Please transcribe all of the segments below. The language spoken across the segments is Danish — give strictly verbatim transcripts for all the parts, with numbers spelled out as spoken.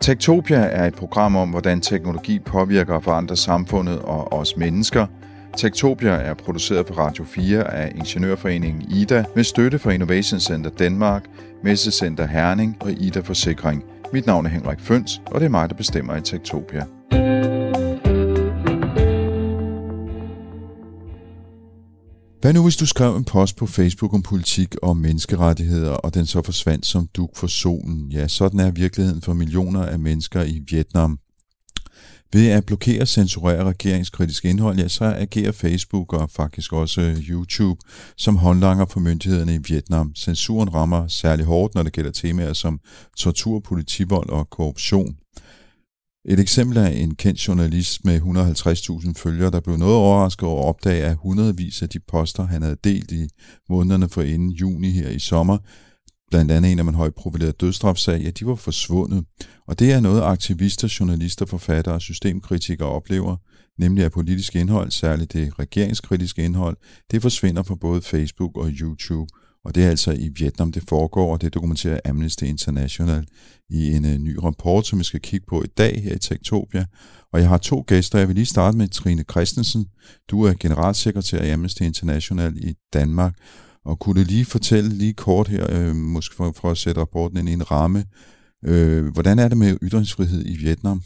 Techtopia er et program om, hvordan teknologi påvirker og forandrer samfundet og os mennesker. Techtopia er produceret på Radio fire af Ingeniørforeningen I D A med støtte fra Innovation Center Danmark, Messecenter Herning og I D A Forsikring. Mit navn er Henrik Føns, og det er mig, der bestemmer i Techtopia. Hvad nu, hvis du skrev en post på Facebook om politik og menneskerettigheder, og den så forsvandt som dug for solen? Ja, sådan er virkeligheden for millioner af mennesker i Vietnam. Ved at blokere og censurere regeringskritisk indhold, ja, så agerer Facebook og faktisk også YouTube som håndlanger for myndighederne i Vietnam. Censuren rammer særlig hårdt, når det gælder temaer som tortur, politivold og korruption. Et eksempel er en kendt journalist med et hundrede og halvtreds tusind følgere, der blev noget overrasket over at opdage, at hundredvis af de poster, han havde delt i månederne for inden juni her i sommer, blandt andet en af en højprofileret dødsstrafsag, ja, de var forsvundet. Og det er noget, aktivister, journalister, forfattere og systemkritikere oplever, nemlig at politisk indhold, særligt det regeringskritiske indhold, det forsvinder fra både Facebook og YouTube. Og det er altså i Vietnam, det foregår, og det dokumenterer Amnesty International i en uh, ny rapport, som vi skal kigge på i dag her i Techtopia. Og jeg har to gæster. Jeg vil lige starte med Trine Christensen. Du er generalsekretær i Amnesty International i Danmark. Og kunne du lige fortælle lige kort her, øh, måske for, for at sætte rapporten ind i en ramme, øh, hvordan er det med ytringsfrihed i Vietnam?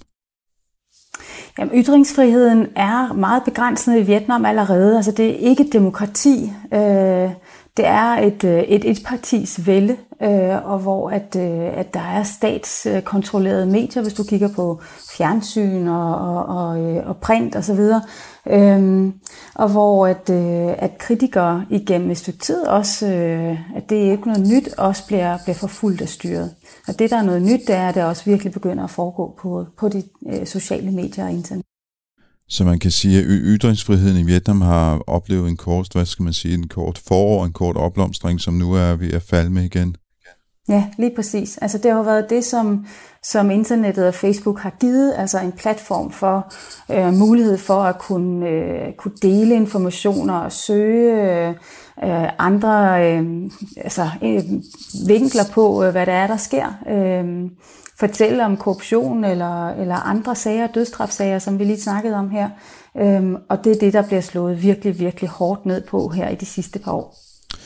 Jamen, ytringsfriheden er meget begrænset i Vietnam allerede. Altså, det er ikke demokrati. Øh, det er et, et etpartis vælde, øh, og hvor at, øh, at der er statskontrollerede medier, hvis du kigger på fjernsyn og, og, og, og print osv., Øhm, og hvor at, øh, at kritikere igennem et stykke tid også, øh, at det er ikke noget nyt, også bliver, bliver forfulgt af styret. Og det, der er noget nyt, det er, at det også virkelig begynder at foregå på, på de øh, sociale medier og internet. Så man kan sige, at ytringsfriheden i Vietnam har oplevet en kort, hvad skal man sige, en kort forår, en kort opblomstring, som nu er ved at falde med igen. Ja, lige præcis. Altså det har været det, som, som internettet og Facebook har givet, altså en platform for øh, mulighed for at kunne, øh, kunne dele informationer og søge øh, andre øh, altså, øh, vinkler på, øh, hvad der er, der sker. Øh, fortælle om korruption eller, eller andre sager, dødsstrafsager, som vi lige snakkede om her. Øh, og det er det, der bliver slået virkelig, virkelig hårdt ned på her i de sidste par år.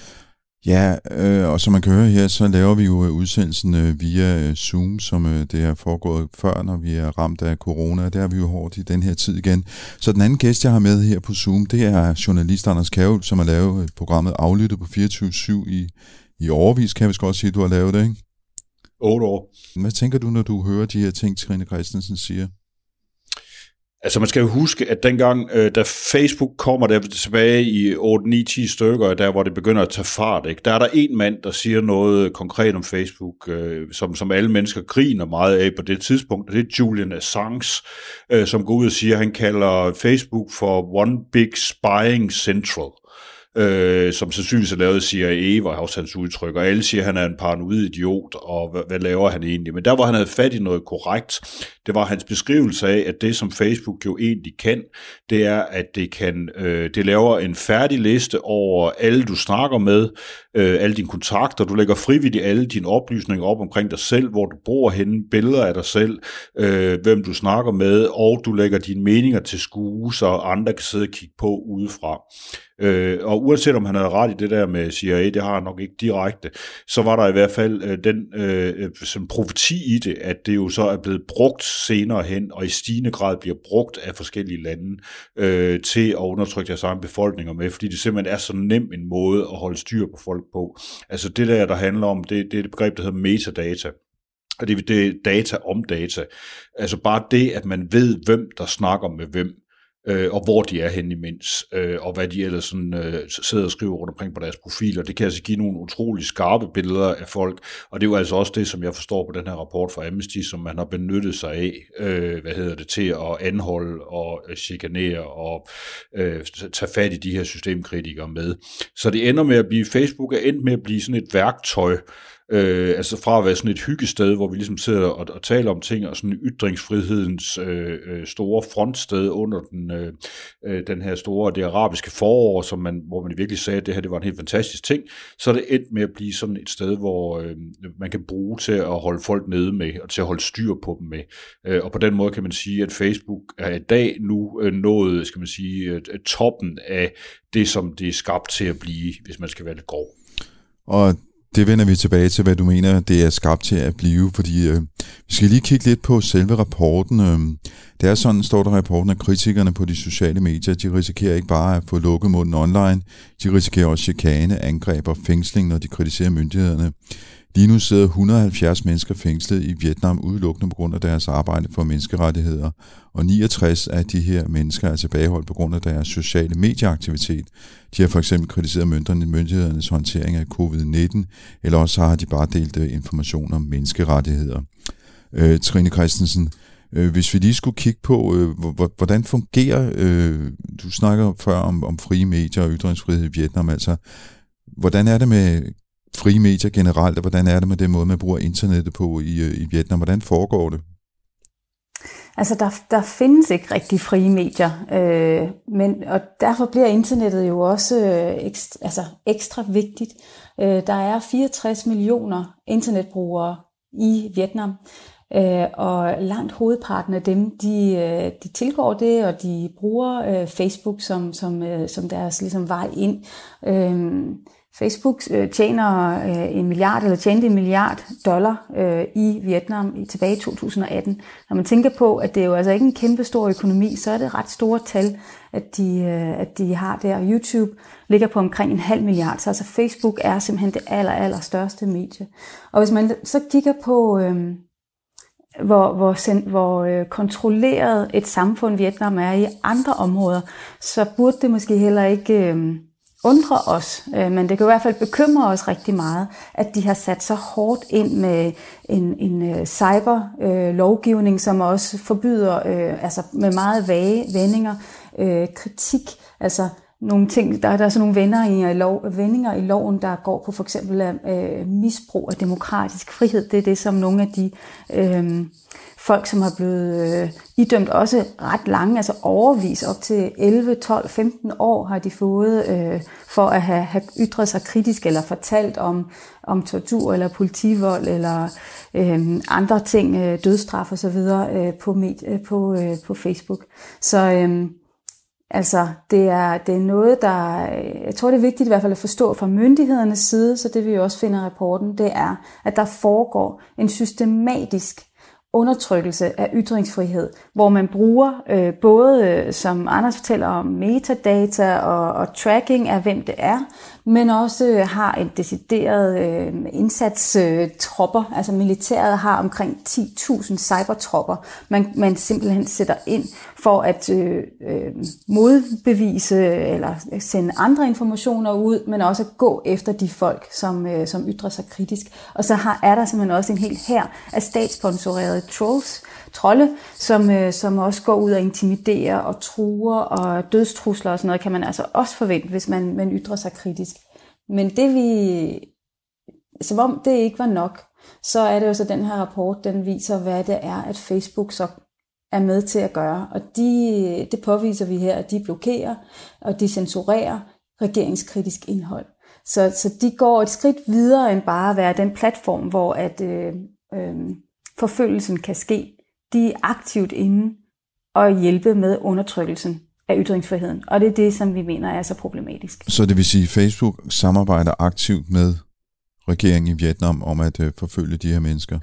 Ja, øh, og som man kan høre her, så laver vi jo udsendelsen øh, via Zoom, som øh, det har foregået før, når vi er ramt af corona. Det er vi jo hårdt i den her tid igen. Så den anden gæst, jeg har med her på Zoom, det er journalist Anders Kærulff, som har lavet programmet Aflyttet på fireogtyve syv i, i årevis, kan jeg vist godt sige, du har lavet det, ikke? otte år. Hvad tænker du, når du hører de her ting, Trine Christensen siger? Altså man skal jo huske, at dengang, øh, da Facebook kommer der tilbage i otte ni ti stykker, der hvor det begynder at tage fart, ikke? Der er der en mand, der siger noget konkret om Facebook, øh, som, som alle mennesker griner meget af på det tidspunkt, og det er Julian Assange, øh, som går ud og siger, at han kalder Facebook for One Big Spying Central. Øh, som sandsynligvis er lavet af C I A, var også hans udtryk, og alle siger, at han er en paranoid idiot, og hvad, hvad laver han egentlig? Men der, hvor han havde fat i noget korrekt, det var hans beskrivelse af, at det, som Facebook jo egentlig kan, det er, at det kan, øh, det laver en færdig liste over alle, du snakker med, øh, alle dine kontakter, du lægger frivilligt alle dine oplysninger op omkring dig selv, hvor du bor henne, billeder af dig selv, øh, hvem du snakker med, og du lægger dine meninger til skue, så andre kan sidde og kigge på udefra. Øh, og uanset om han havde ret i det der med C I A, det har han nok ikke direkte, så var der i hvert fald øh, den øh, sådan profeti i det, at det jo så er blevet brugt senere hen, og i stigende grad bliver brugt af forskellige lande øh, til at undertrykke deres egen befolkninger med, fordi det simpelthen er så nem en måde at holde styr på folk på. Altså det der, der handler om, det, det er det begreb, der hedder metadata. Og det, det er data om data. Altså bare det, at man ved, hvem der snakker med hvem, Øh, og hvor de er henne imens, øh, og hvad de ellers sådan, øh, sidder og skriver rundt omkring på deres profiler. Det kan altså give nogle utrolig skarpe billeder af folk, og det er jo altså også det, som jeg forstår på den her rapport fra Amnesty, som man har benyttet sig af, øh, hvad hedder det, til at anholde og øh, chikanere og øh, tage fat i de her systemkritikere med. Så det ender med at blive, Facebook er endt med at blive sådan et værktøj, Øh, altså fra at være sådan et hyggested, hvor vi ligesom sidder og, og taler om ting, og sådan ytringsfrihedens øh, store frontsted under den, øh, den her store, det arabiske forår, som man, hvor man virkelig sagde, at det her det var en helt fantastisk ting, så er det endt med at blive sådan et sted, hvor øh, man kan bruge til at holde folk nede med, og til at holde styr på dem med. Øh, og på den måde kan man sige, at Facebook er i dag nu øh, nået, skal man sige, øh, toppen af det, som det er skabt til at blive, hvis man skal være lidt grov. Og det vender vi tilbage til, hvad du mener, det er skabt til at blive, fordi øh, vi skal lige kigge lidt på selve rapporten. Øh, det er sådan, står der i rapporten, at kritikerne på de sociale medier, de risikerer ikke bare at få lukket munden online, de risikerer også chikane, angreb og fængsling, når de kritiserer myndighederne. Lige nu sidder et hundrede og halvfjerds mennesker fængslet i Vietnam udelukkende på grund af deres arbejde for menneskerettigheder, og niogtres af de her mennesker er tilbageholdt på grund af deres sociale medieaktivitet. De har for eksempel kritiseret myndighedernes håndtering af covid nitten, eller også har de bare delt information om menneskerettigheder. Øh, Trine Christensen, øh, hvis vi lige skulle kigge på, øh, hvordan fungerer, øh, du snakker før om, om frie medier og ytringsfrihed i Vietnam, altså hvordan er det med frie medier generelt, og hvordan er det med den måde, man bruger internettet på i, i Vietnam? Hvordan foregår det? Altså, der, der findes ikke rigtig frie medier, øh, men, og derfor bliver internettet jo også øh, ekstra, altså ekstra vigtigt. Øh, der er fireogtres millioner internetbrugere i Vietnam, øh, og langt hovedparten af dem, de, øh, de tilgår det, og de bruger øh, Facebook som, som, øh, som deres ligesom, vej ind. Øh, Facebook øh, tjener øh, en milliard, eller tjente en milliard dollar øh, i Vietnam i, tilbage i to tusind og atten. Når man tænker på, at det er jo altså ikke en kæmpe stor økonomi, så er det ret store tal, at de, øh, at de har der. YouTube ligger på omkring en halv milliard, så altså Facebook er simpelthen det aller, aller største medie. Og hvis man så kigger på, øh, hvor, hvor, hvor øh, kontrolleret et samfund Vietnam er i andre områder, så burde det måske heller ikke Øh, undrer os, men det kan i hvert fald bekymre os rigtig meget, at de har sat så hårdt ind med en, en cyberlovgivning, som også forbyder, øh, altså med meget vage vendinger, øh, kritik, altså nogle ting, der, der er sådan nogle vendinger i, lov, vendinger i loven, der går på for eksempel øh, misbrug af demokratisk frihed. Det er det, som nogle af de øh, folk, som har blevet øh, idømt også ret lange, altså overvis op til elleve, tolv, femten år har de fået øh, for at have, have ytret sig kritisk eller fortalt om, om tortur eller politivold eller øh, andre ting, øh, dødsstraf og så videre øh, på, med, på, øh, på Facebook. Så øh, altså det er, det er noget, der, jeg tror det er vigtigt i hvert fald at forstå fra myndighedernes side, så det vi jo også finder i rapporten, det er, at der foregår en systematisk undertrykkelse af ytringsfrihed, hvor man bruger øh, både, øh, som Anders fortæller om, metadata og, og tracking af, hvem det er, men også øh, har en decideret øh, indsatstropper. Øh, altså militæret har omkring ti tusind cybertropper, man, man simpelthen sætter ind for at øh, øh, modbevise eller sende andre informationer ud, men også at gå efter de folk, som, øh, som ytrer sig kritisk. Og så har, er der simpelthen også en hel hær af statssponsorerede trolls, trolde, som, øh, som også går ud og intimiderer og truer, og dødstrusler og sådan noget kan man altså også forvente, hvis man, man ytrer sig kritisk. Men det vi, som om det ikke var nok, så er det jo så den her rapport, den viser, hvad det er, at Facebook så er med til at gøre. Og de, det påviser vi her, at de blokerer, og de censurerer regeringskritisk indhold. Så, så de går et skridt videre end bare at være den platform, hvor at øh, øh, forfølgelsen kan ske. De er aktivt inde og hjælpe med undertrykkelsen af ytringsfriheden. Og det er det, som vi mener er så problematisk. Så det vil sige, at Facebook samarbejder aktivt med regeringen i Vietnam om at øh, forfølge de her mennesker?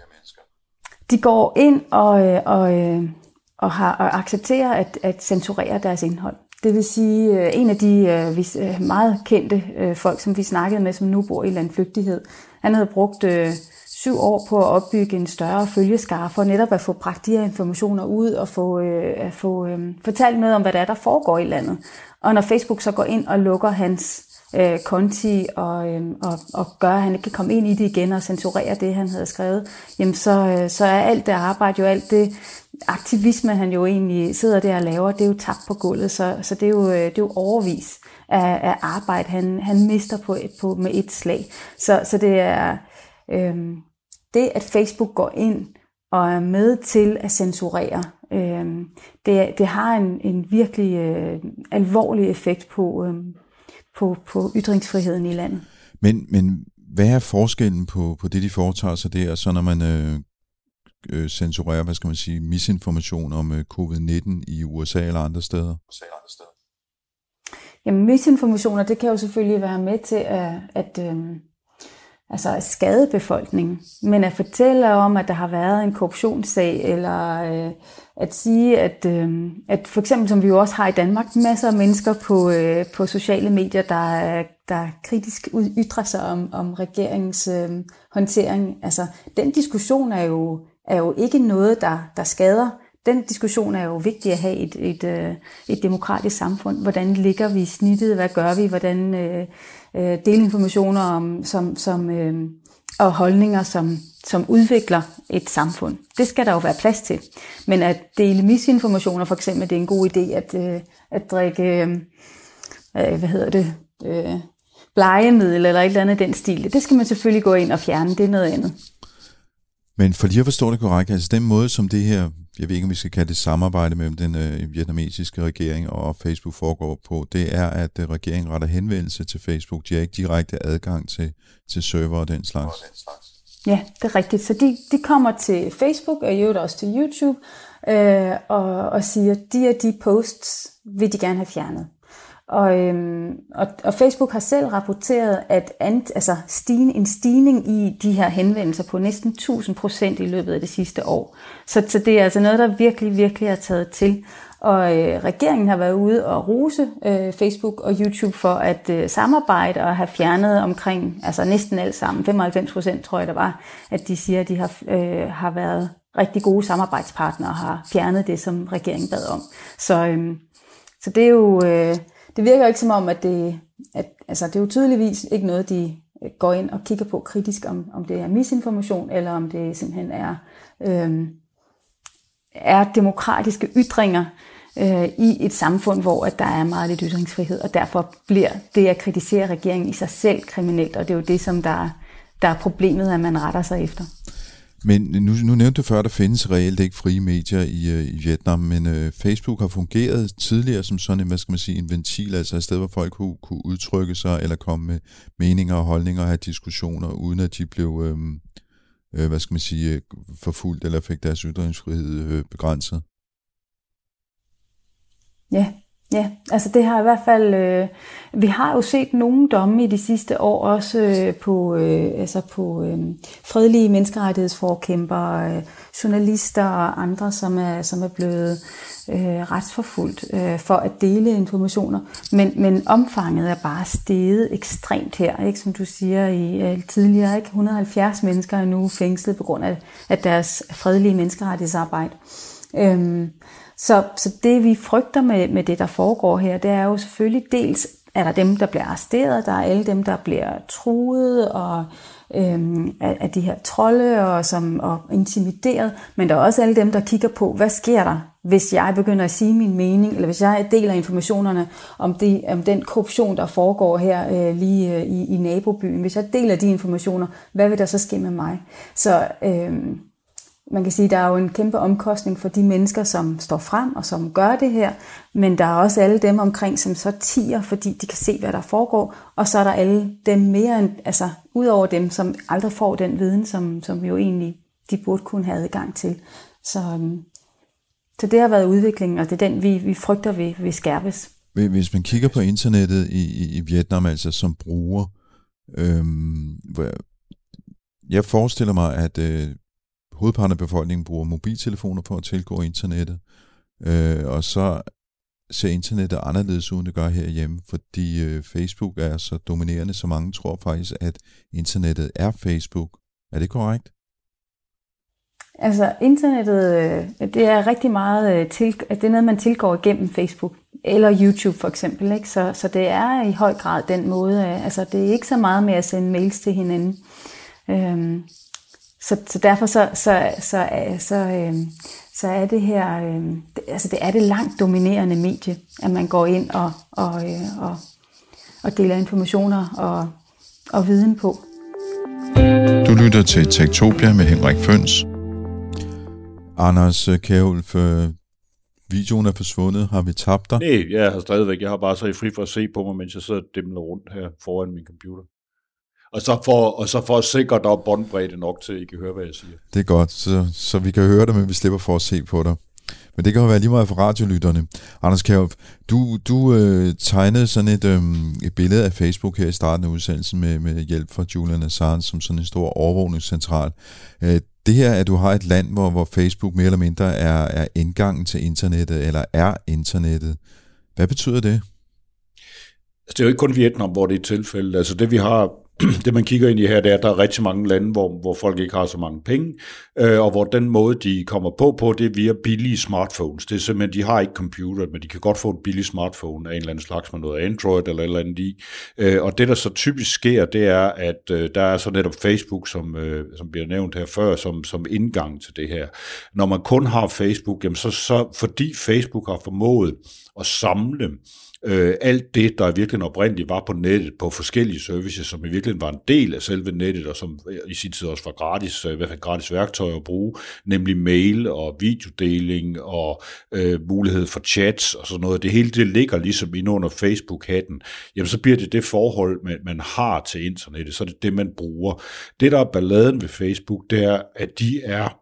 De går ind og, og, og, har, og accepterer at, at censurere deres indhold. Det vil sige, en af de meget kendte folk, som vi snakkede med, som nu bor i landflygtighed, han havde brugt syv år på at opbygge en større følgeskare for netop at få bragt de her informationer ud og få, at få fortalt noget om, hvad der er, der foregår i landet. Og når Facebook så går ind og lukker hans øh, konti og, øh, og, og gør, at han ikke kan komme ind i det igen og censurere det, han havde skrevet, jamen så, øh, så er alt det arbejde, jo alt det aktivisme, han jo egentlig sidder der og laver, det er jo tabt på gulvet, så, så det, er jo, det er jo overvis af, af arbejde, han, han mister på, på, med et slag. Så, så det er... Øhm, det, at Facebook går ind og er med til at censurere, øhm, det, det har en, en virkelig øh, alvorlig effekt på, øh, på, på ytringsfriheden i landet. Men, men hvad er forskellen på, på det, de foretager sig der, så når man øh, øh, censurerer, hvad skal man sige, misinformation om øh, covid nitten i U S A eller andre steder? Jamen, misinformationer, det kan jo selvfølgelig være med til at, at, øh, altså at skade befolkningen, men at fortælle om, at der har været en korruptionssag, eller øh, at sige, at, øh, at for eksempel, som vi jo også har i Danmark, masser af mennesker på, øh, på sociale medier, der, der kritisk ytrer sig om, om regeringens øh, håndtering. Altså, den diskussion er jo, er jo ikke noget, der, der skader. Den diskussion er jo vigtig at have i et, et, et demokratisk samfund. Hvordan ligger vi i snittet? Hvad gør vi? Hvordan øh, øh, dele informationer om, som, som, øh, og holdninger, som, som udvikler et samfund? Det skal der jo være plads til. Men at dele misinformationer, for eksempel, det er en god idé at, øh, at drikke øh, hvad hedder det, øh, blegemiddel eller et eller andet den stil. Det skal man selvfølgelig gå ind og fjerne. Det er noget andet. Men for lige at forstå det korrekt, altså den måde, som det her, jeg ved ikke, om vi skal kalde det samarbejde mellem den øh, vietnamesiske regering og Facebook foregår på, det er, at øh, regeringen retter henvendelse til Facebook. De har ikke direkte adgang til, til server og den slags. Ja, det er rigtigt. Så de, de kommer til Facebook og i øvrigt også til YouTube øh, og, og siger, de og de posts vil de gerne have fjernet. Og, øhm, og, og Facebook har selv rapporteret, at ant, altså stigning, en stigning i de her henvendelser på næsten tusind procent i løbet af det sidste år. Så, så det er altså noget, der virkelig, virkelig er taget til. Og øh, regeringen har været ude og rose øh, Facebook og YouTube for at øh, samarbejde og have fjernet omkring, altså næsten alt sammen, femoghalvfems procent tror jeg der var, at de siger, at de har, øh, har været rigtig gode samarbejdspartnere og har fjernet det, som regeringen bad om. Så, øh, så det er jo... Øh, Det virker jo ikke som om, at det, at, altså det er jo tydeligvis ikke noget, de går ind og kigger på kritisk, om, om det er misinformation, eller om det simpelthen er, øh, er demokratiske ytringer øh, i et samfund, hvor at der er meget lidt ytringsfrihed, og derfor bliver det at kritisere regeringen i sig selv kriminelt, og det er jo det, som der, der er problemet, at man retter sig efter. Men nu, nu nævnte du før, at der findes reelt ikke frie medier i, i Vietnam, men øh, Facebook har fungeret tidligere som sådan en, hvad skal man sige, en ventil, altså et sted, hvor folk kunne, kunne udtrykke sig, eller komme med meninger og holdninger og have diskussioner, uden at de blev, øh, øh, hvad skal man sige, forfulgt, eller fik deres ytringsfrihed øh, begrænset. Ja. Ja, altså det har i hvert fald, øh, vi har jo set nogle domme i de sidste år også øh, på, øh, altså på øh, fredelige menneskerettighedsforkæmpere, øh, journalister og andre, som er, som er blevet øh, retsforfulgt øh, for at dele informationer. Men, men omfanget er bare steget ekstremt her, ikke? Som du siger i øh, tidligere, ikke? et hundrede og halvfjerds mennesker er nu fængslet på grund af, af deres fredelige menneskerettighedsarbejde. Øh, Så, så det vi frygter med, med det, der foregår her, det er jo selvfølgelig dels, er der dem, der bliver arresteret, der er alle dem, der bliver truet og, øhm, af, af de her trolde og, som, og intimideret, men der er også alle dem, der kigger på, hvad sker der, hvis jeg begynder at sige min mening, eller hvis jeg deler informationerne om, det, om den korruption, der foregår her øh, lige øh, i, i nabobyen. Hvis jeg deler de informationer, hvad vil der så ske med mig? Så... Øhm, Man kan sige, at der er jo en kæmpe omkostning for de mennesker, som står frem og som gør det her, men der er også alle dem omkring, som så tier, fordi de kan se, hvad der foregår, og så er der alle dem mere end, altså ud over dem, som aldrig får den viden, som, som jo egentlig de burde kunne have adgang til. Så, så det har været udviklingen, og det er den, vi, vi frygter vil, vil skærpes. Hvis man kigger på internettet i, i, i Vietnam, altså som bruger, øhm, jeg forestiller mig, at øh, hovedparten af befolkningen bruger mobiltelefoner for at tilgå internettet, øh, og så ser internettet anderledes ud, end det gør herhjemme, fordi øh, Facebook er så dominerende, så mange tror faktisk, at internettet er Facebook. Er det korrekt? Altså internettet, øh, det er rigtig meget, øh, til, det er noget, man tilgår igennem Facebook, eller YouTube for eksempel, ikke? Så, så det er i høj grad den måde, øh, altså det er ikke så meget med at sende mails til hinanden. Øh, Så, så derfor så, så, så, så, øh, så er det her, øh, det, altså det er det langt dominerende medie, at man går ind og, og, øh, og, og deler informationer og, og viden på. Du lytter til Techtopia med Henrik Føns. Anders Kjærulf, videoen er forsvundet. Har vi tabt dig? Nej, jeg har stadigvæk. Jeg har bare så i fri for at se på mig, mens jeg sidder og dimler rundt her foran min computer. Og så for, og så for at sikre, at der er båndbredde nok til, at I kan høre, hvad jeg siger. Det er godt, så, så vi kan høre dig, men vi slipper for at se på dig. Men det kan jo være lige meget for radiolytterne. Anders Kjærulf, du, du øh, tegnede sådan et, øh, et billede af Facebook her i starten af udsendelsen med, med hjælp fra Julian Assange som sådan en stor overvågningscentral. Øh, det her, at du har et land, hvor, hvor Facebook mere eller mindre er, er indgangen til internettet, eller er internettet. Hvad betyder det? Altså, det er jo ikke kun Vietnam, hvor det er et tilfælde. Altså det vi har, det man kigger ind i her, det er, at der er rigtig mange lande, hvor, hvor folk ikke har så mange penge, øh, og hvor den måde, de kommer på på, det er via billige smartphones. Det er simpelthen, de har ikke computer, men de kan godt få en billig smartphone af en eller anden slags med noget Android eller et eller andet i. Øh, og det, der så typisk sker, det er, at øh, der er så netop Facebook, som, øh, som bliver nævnt her før, som, som indgang til det her. Når man kun har Facebook, jamen så, så fordi Facebook har formået at samle Øh, alt det, der virkelig oprindeligt var på nettet, på forskellige services, som i virkeligheden var en del af selve nettet, og som i sin tid også var gratis, i hvert fald gratis værktøj at bruge, nemlig mail og videodeling og øh, mulighed for chats og sådan noget. Det hele det ligger ligesom inde under Facebook-hatten. Jamen så bliver det det forhold, man, man har til internettet, så er det det, man bruger. Det, der er balladen ved Facebook, det er, at de er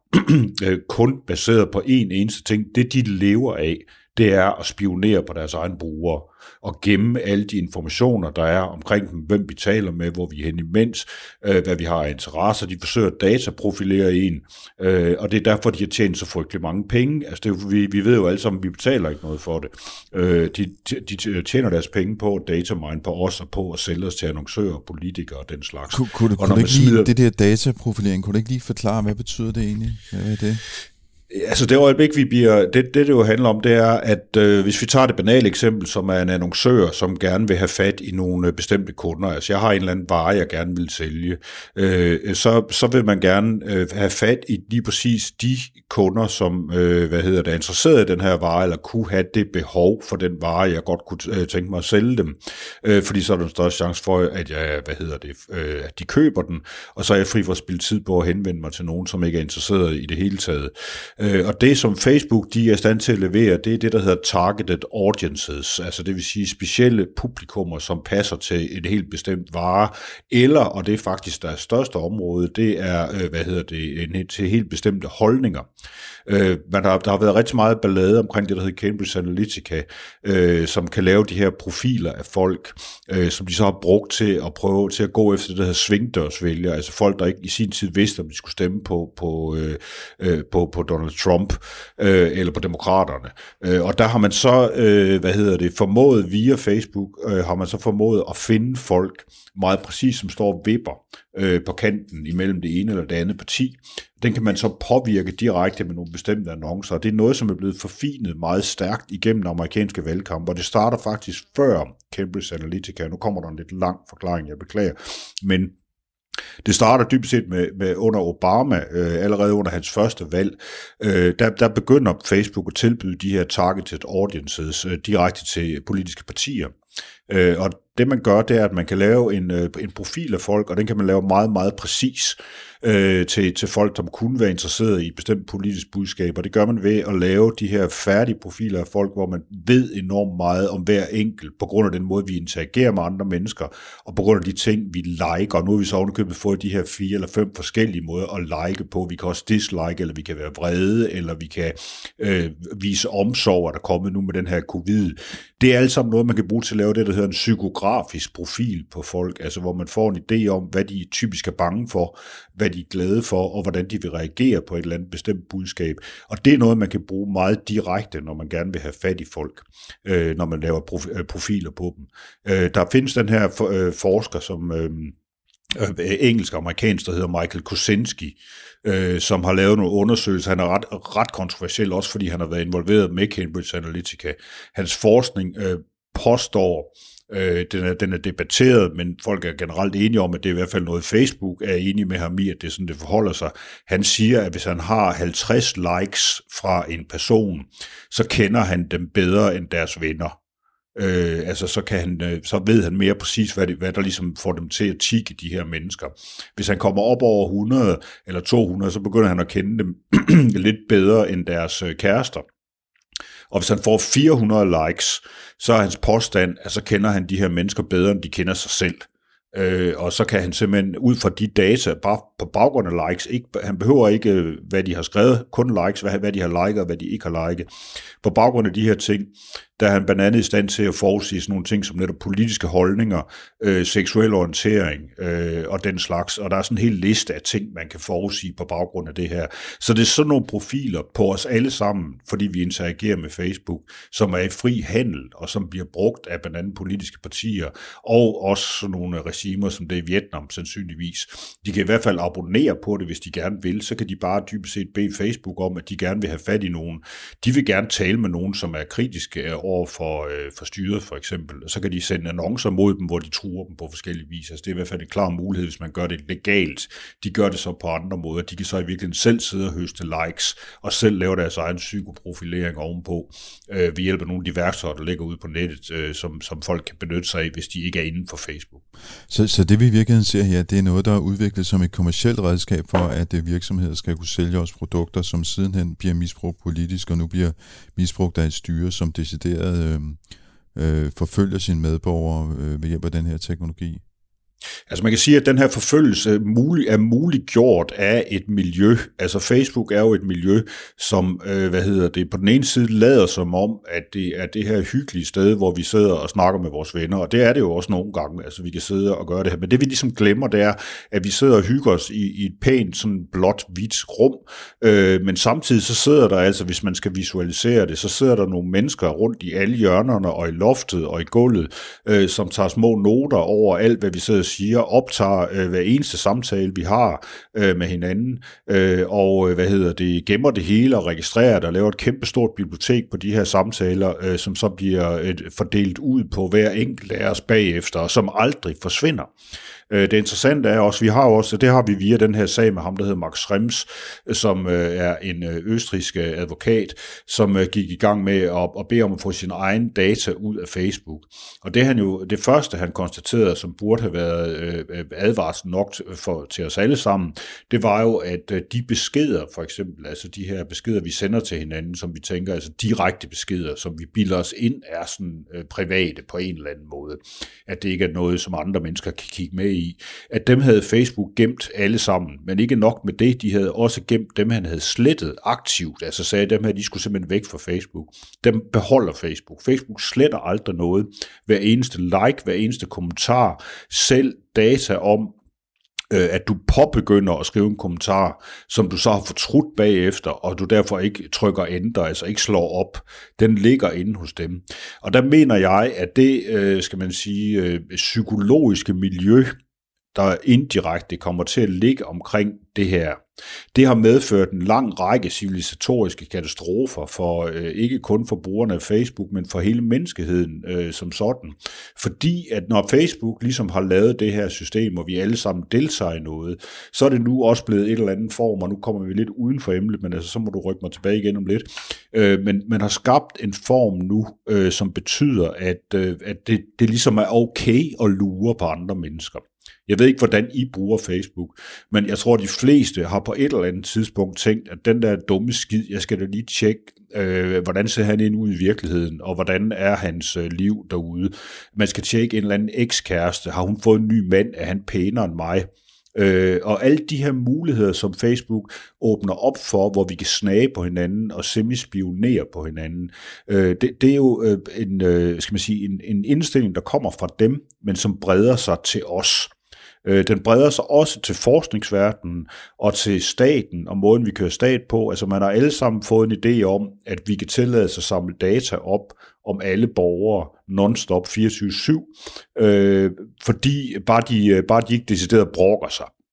kun baseret på en eneste ting. Det, de lever af, det er at spionere på deres egne brugere og gemme alle de informationer, der er omkring dem, hvem vi taler med, hvor vi er hen imens, øh, hvad vi har af interesser. De forsøger at dataprofilere en, øh, og det er derfor, de har tjent så frygtelig mange penge. Altså, det er, vi, vi ved jo alle sammen, at vi betaler ikke noget for det. Øh, de, de tjener deres penge på at datamine på os og på at sælge os til annoncører, politikere og den slags. Kunne, kunne, kunne du ikke smider... lige, det der dataprofilering, kunne du ikke lige forklare, hvad betyder det egentlig? Hvad er det? Altså det øjeblik, vi bliver, det, det det jo handler om, det er, at øh, hvis vi tager det banale eksempel, som er en annoncør, som gerne vil have fat i nogle bestemte kunder, altså jeg har en eller anden vare, jeg gerne vil sælge, øh, så, så vil man gerne øh, have fat i lige præcis de kunder, som øh, hvad hedder det, er interesseret i den her vare, eller kunne have det behov for den vare, jeg godt kunne øh, tænke mig at sælge dem, øh, fordi så er der en større chance for, at jeg, hvad hedder det, øh, at de køber den, og så er jeg fri for at spille tid på at henvende mig til nogen, som ikke er interesseret i det hele taget. Og det, som Facebook de er i stand til at levere, det er det, der hedder targeted audiences, altså det vil sige specielle publikummer, som passer til et helt bestemt vare, eller, og det er faktisk deres største område, det er, hvad hedder det, til helt bestemte holdninger. Øh, man har, der har været rigtig meget ballade omkring det, der hedder Cambridge Analytica, øh, som kan lave de her profiler af folk, øh, som de så har brugt til at prøve til at gå efter det, der hedder svingdørsvælgere, altså folk, der ikke i sin tid vidste, om de skulle stemme på, på, øh, på, på Donald Trump øh, eller på demokraterne. Øh, og der har man så, øh, hvad hedder det, formået via Facebook, øh, har man så formået at finde folk meget præcis, som står og vipper øh, på kanten imellem det ene eller det andet parti. Den kan man så påvirke direkte med nogle bestemte annoncer, og det er noget, som er blevet forfinet meget stærkt igennem amerikanske valgkampe, og det starter faktisk før Cambridge Analytica. Nu kommer der en lidt lang forklaring, jeg beklager, men det starter dybest set med, med under Obama, øh, allerede under hans første valg. Øh, der, der begynder Facebook at tilbyde de her targeted audiences øh, direkte til politiske partier. Øh, og det man gør, det er, at man kan lave en, øh, en profil af folk, og den kan man lave meget, meget præcis øh, til, til folk, som kunne være interesseret i et bestemt politisk budskab. Og det gør man ved at lave de her færdige profiler af folk, hvor man ved enormt meget om hver enkelt, på grund af den måde, vi interagerer med andre mennesker, og på grund af de ting, vi liker. Og nu har vi så ovenikøbet fået de her fire eller fem forskellige måder at like på. Vi kan også dislike, eller vi kan være vrede, eller vi kan øh, vise omsorg, at der er kommet nu med den her covid. Det er alt sammen noget, man kan bruge til at lave det, der hedder en psykografisk profil på folk, altså hvor man får en idé om, hvad de typisk er bange for, hvad de er glade for, og hvordan de vil reagere på et eller andet bestemt budskab. Og det er noget, man kan bruge meget direkte, når man gerne vil have fat i folk, øh, når man laver prof- profiler på dem. Øh, der findes den her for, øh, forsker, som øh, øh, engelsk og amerikansk, der hedder Michael Kosinski, øh, som har lavet nogle undersøgelser. Han er ret, ret kontroversiel, også fordi han har været involveret med Cambridge Analytica. Hans forskning øh, påstår, øh, den, er, den er debatteret, men folk er generelt enige om, at det er i hvert fald noget, Facebook er enige med ham i, at det er sådan, det forholder sig. Han siger, at hvis han har halvtreds likes fra en person, så kender han dem bedre end deres venner. Øh, altså så, kan han, øh, så ved han mere præcis, hvad, det, hvad der ligesom får dem til at tikke de her mennesker. Hvis han kommer op over hundrede eller to hundrede, så begynder han at kende dem lidt bedre end deres øh, kærester. Og hvis han får fire hundrede likes, så er hans påstand, at så kender han de her mennesker bedre, end de kender sig selv. Øh, og så kan han simpelthen ud fra de data, bare på baggrund af likes, ikke, han behøver ikke, hvad de har skrevet, kun likes, hvad, hvad de har liket og hvad de ikke har liket. På baggrund af de her ting, der er han blandt andet i stand til at forudsige sådan nogle ting som netop politiske holdninger, øh, seksuel orientering øh, og den slags. Og der er sådan en hel liste af ting, man kan forudsige på baggrund af det her. Så det er sådan nogle profiler på os alle sammen, fordi vi interagerer med Facebook, som er i fri handel, og som bliver brugt af blandt andet politiske partier, og også sådan nogle regimer, som det er i Vietnam sandsynligvis. De kan i hvert fald abonnere på det, hvis de gerne vil. Så kan de bare dybest set bede Facebook om, at de gerne vil have fat i nogen. De vil gerne tale med nogen, som er kritiske over for, øh, for styret, for eksempel. Og så kan de sende annoncer mod dem, hvor de truer dem på forskellige vis. Altså, det er i hvert fald en klar mulighed, hvis man gør det legalt. De gør det så på andre måder. De kan så i virkeligheden selv sidde og høste likes, og selv lave deres egen psykoprofilering ovenpå, øh, ved hjælp af nogle af de værktøjer, der ligger ude på nettet, øh, som, som folk kan benytte sig af, hvis de ikke er inden for Facebook. Så, så det vi i virkeligheden ser her, det er noget, der er udviklet som et kommercielt redskab for, at virksomheder skal kunne sælge os produkter, som sidenhen bliver misbrugt politisk, og nu bliver misbrugt af et styre, som decideret øh, øh, forfølger sine medborgere øh, ved hjælp af den her teknologi. Altså man kan sige, at den her forfølgelse mulig, er muliggjort af et miljø. Altså Facebook er jo et miljø, som, øh, hvad hedder det, på den ene side lader som om, at det er det her hyggelige sted, hvor vi sidder og snakker med vores venner, og det er det jo også nogle gange, altså vi kan sidde og gøre det her. Men det vi ligesom glemmer, det er, at vi sidder og hygger os i, i et pænt, sådan blåt, hvidt rum, øh, men samtidig så sidder der altså, hvis man skal visualisere det, så sidder der nogle mennesker rundt i alle hjørnerne og i loftet og i gulvet, øh, som tager små noter over alt, hvad vi sidder og siger, optager øh, hver eneste samtale, vi har øh, med hinanden, øh, og øh, hvad hedder det, gemmer det hele og registrerer det og laver et kæmpestort bibliotek på de her samtaler, øh, som så bliver øh, fordelt ud på hver enkelt af os bagefter, og som aldrig forsvinder. Det interessante er også, vi har også, det har vi via den her sag med ham, der hedder Max Schrems, som er en østrigsk advokat, som gik i gang med at, at bede om at få sin egen data ud af Facebook. Og det han jo, det første han konstaterede, som burde have været advarsel nok for, til os alle sammen, det var jo, at de beskeder, for eksempel, altså de her beskeder, vi sender til hinanden, som vi tænker, altså direkte beskeder, som vi bilder os ind, er sådan øh, private på en eller anden måde. At det ikke er noget, som andre mennesker kan kigge med i, at dem havde Facebook gemt alle sammen, men ikke nok med det, de havde også gemt dem, han havde slettet aktivt, altså sagde dem her, de skulle simpelthen væk fra Facebook. Dem beholder Facebook. Facebook sletter aldrig noget. Hver eneste like, hver eneste kommentar, selv data om, at du påbegynder at skrive en kommentar, som du så har fortrudt bagefter, og du derfor ikke trykker enter, altså ikke slår op, den ligger inde hos dem. Og der mener jeg, at det, skal man sige, psykologiske miljø, der indirekte kommer til at ligge omkring det her, det har medført en lang række civilisatoriske katastrofer for øh, ikke kun for brugerne af Facebook, men for hele menneskeheden øh, som sådan. Fordi at når Facebook ligesom har lavet det her system, og vi alle sammen deltager i noget, så er det nu også blevet et eller andet form, og nu kommer vi lidt uden for emnet, men altså, så må du rykke mig tilbage igen om lidt. Øh, men man har skabt en form nu, øh, som betyder, at, øh, at det, det ligesom er okay at lure på andre mennesker. Jeg ved ikke, hvordan I bruger Facebook, men jeg tror, at de fleste har på et eller andet tidspunkt tænkt, at den der dumme skid, jeg skal da lige tjekke, øh, hvordan ser han ind ud i virkeligheden, og hvordan er hans øh, liv derude. Man skal tjekke en eller anden ekskæreste. Har hun fået en ny mand? Er han pænere end mig? Øh, og alle de her muligheder, som Facebook åbner op for, hvor vi kan snage på hinanden og semispionere på hinanden, øh, det, det er jo øh, en, øh, skal man sige, en, en indstilling, der kommer fra dem, men som breder sig til os. Den breder sig også til forskningsverdenen og til staten og måden, vi kører stat på. Altså man har alle sammen fået en idé om, at vi kan tillade sig at samle data op om alle borgere non-stop fireogtyve syv, øh, fordi bare de, bare de ikke decideret brokker sig.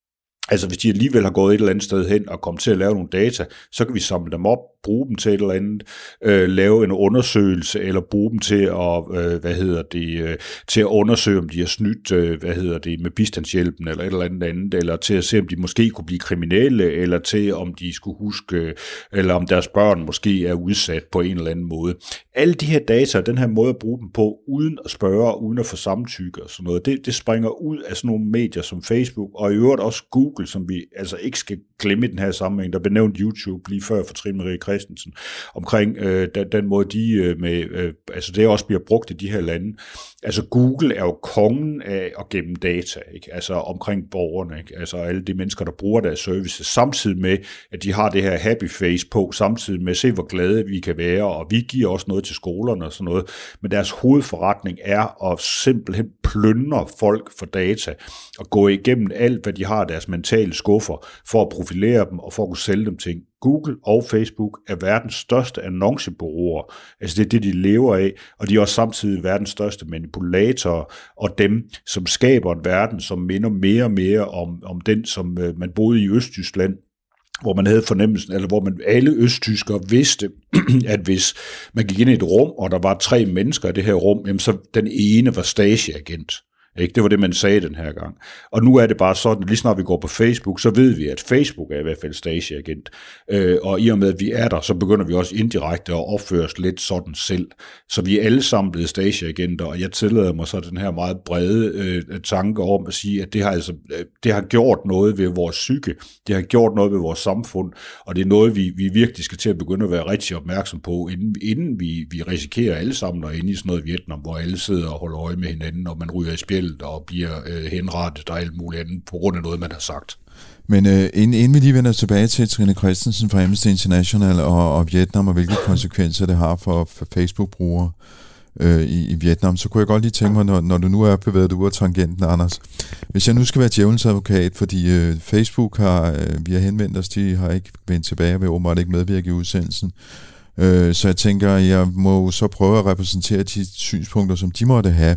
Altså hvis de alligevel har gået et eller andet sted hen og kommet til at lave nogle data, så kan vi samle dem op, bruge dem til et eller andet, øh, lave en undersøgelse, eller bruge dem til at, øh, hvad hedder det, øh, til at undersøge, om de har snydt, øh, hvad hedder det, med bistandshjælpen, eller et eller andet andet, eller til at se, om de måske kunne blive kriminelle, eller til, om de skulle huske, øh, eller om deres børn måske er udsat på en eller anden måde. Alle de her data, den her måde at bruge dem på, uden at spørge, uden at få samtykke og sådan noget, det, det springer ud af sådan nogle medier som Facebook, og i øvrigt også Google, som vi altså ikke skal glemme i den her sammenhæng. Der blev nævnt YouTube lige før for Trine Marie Christensen, omkring øh, den, den måde, de øh, med, øh, altså det også bliver brugt i de her lande. Altså Google er jo kongen af at gemme data, ikke? Altså omkring borgerne, ikke? Altså alle de mennesker, der bruger deres services, samtidig med, at de har det her happy face på, samtidig med at se, hvor glade vi kan være, og vi giver også noget til skolerne og sådan noget. Men deres hovedforretning er at simpelthen plyndre folk for data, og gå igennem alt, hvad de har af deres mentale skuffer, for at profilere dem, og for at kunne sælge dem ting. Google og Facebook er verdens største annoncebureauer, altså det er det, de lever af, og de er også samtidig verdens største manipulatorer, og dem, som skaber en verden, som minder mere og mere om, om den, som øh, man boede i Østtyskland, hvor man havde fornemmelsen, eller hvor man alle østtyskere vidste, at hvis man gik ind i et rum, og der var tre mennesker i det her rum, jamen så den ene var Stasi-agent. Ikke? Det var det, man sagde den her gang. Og nu er det bare sådan, at lige snart vi går på Facebook, så ved vi, at Facebook er i hvert fald Stasi-agent. Øh, og i og med, at vi er der, så begynder vi også indirekte at opføre os lidt sådan selv. Så vi er alle sammen blevet Stasi-agenter, og jeg tillader mig så den her meget brede øh, tanke om at sige, at det har, altså, det har gjort noget ved vores psyke, det har gjort noget ved vores samfund, og det er noget, vi, vi virkelig skal til at begynde at være rigtig opmærksom på, inden, inden vi, vi risikerer alle sammen at inde i sådan noget Vietnam, hvor alle sidder og holder øje med hinanden, og man ryger i spjæl og bliver øh, henrettet og alt muligt andet på grund af noget, man har sagt. Men øh, inden, inden vi lige vender tilbage til Trine Christensen fra Amnesty International og, og Vietnam, og hvilke konsekvenser det har for, for Facebook-brugere øh, i, i Vietnam, så kunne jeg godt lige tænke mig, når, når du nu er bevæget ud af tangenten, Anders, hvis jeg nu skal være djævelens advokat, fordi øh, Facebook har, øh, vi har henvendt os, de har ikke vendt tilbage, og vil åbenbart ikke medvirke i udsendelsen, øh, så jeg tænker, jeg må så prøve at repræsentere de synspunkter, som de måtte have.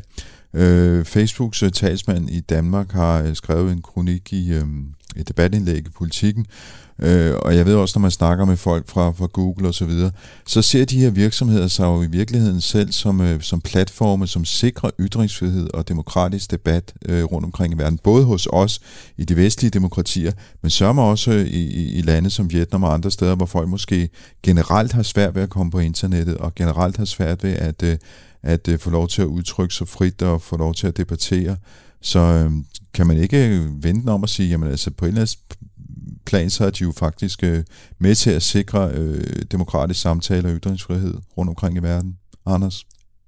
Øh, Facebooks uh, talsmand i Danmark har uh, skrevet en kronik i um, et debatindlæg i Politikken, uh, og jeg ved også, når man snakker med folk fra, fra Google og så videre, så ser de her virksomheder sig jo i virkeligheden selv som, uh, som platforme, som sikrer ytringsfrihed og demokratisk debat uh, rundt omkring i verden, både hos os i de vestlige demokratier, men sørger også uh, i, i lande som Vietnam og andre steder, hvor folk måske generelt har svært ved at komme på internettet, og generelt har svært ved at uh, at øh, få lov til at udtrykke sig frit og få lov til at debattere. Så øh, kan man ikke vente om at sige, jamen altså på en eller anden plan, så er de jo faktisk øh, med til at sikre øh, demokratisk samtale og ytringsfrihed rundt omkring i verden. Anders?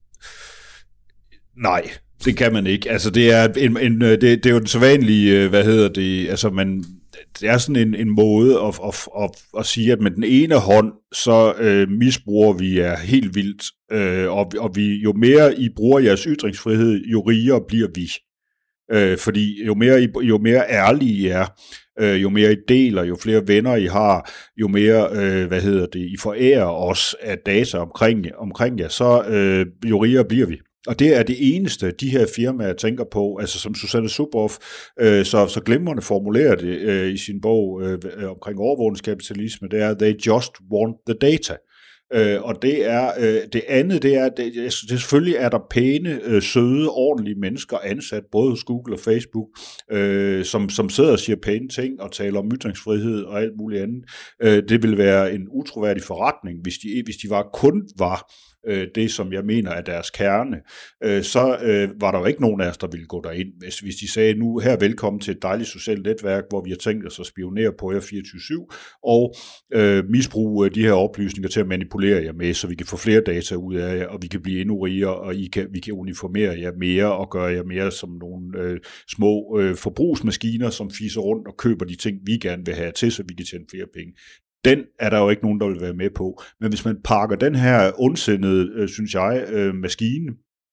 Nej, det kan man ikke. Altså det er, en, en, det, det er jo den sædvanlige, hvad hedder det, altså man... Det er sådan en, en måde at, at, at, at sige, at med den ene hånd, så øh, misbruger vi er helt vildt, øh, og, og vi, jo mere I bruger jeres ytringsfrihed, jo rigere bliver vi. Øh, fordi jo mere, I, jo mere ærlige I er, øh, jo mere I deler, jo flere venner I har, jo mere, øh, hvad hedder det, I forærer os af data omkring, omkring jer, så øh, jo rigere bliver vi. Og det er det eneste, de her firmaer tænker på, altså som Susanne Zuboff øh, så, så glimrende formulerer det øh, i sin bog øh, omkring overvågningskapitalisme, det er, they just want the data. Øh, og det er øh, det andet, det er, det, det, selvfølgelig er der pæne, øh, søde, ordentlige mennesker ansat, både hos Google og Facebook, øh, som, som sidder og siger pæne ting og taler om ytringsfrihed og alt muligt andet. Øh, det vil være en utroværdig forretning, hvis de, hvis de var, kun var det, som jeg mener er deres kerne, så var der jo ikke nogen af os, der ville gå derind. Hvis, hvis de sagde, nu her velkommen til et dejligt socialt netværk, hvor vi har tænkt os at spionere på jer fireogtyve syv, og øh, misbruge de her oplysninger til at manipulere jer med, så vi kan få flere data ud af jer, og vi kan blive endnu rigere, og I kan, vi kan uniformere jer mere, og gøre jer mere som nogle øh, små øh, forbrugsmaskiner, som fiser rundt og køber de ting, vi gerne vil have til, så vi kan tjene flere penge. Den er der jo ikke nogen, der vil være med på. Men hvis man pakker den her ondsindede, øh, synes jeg, øh, maskine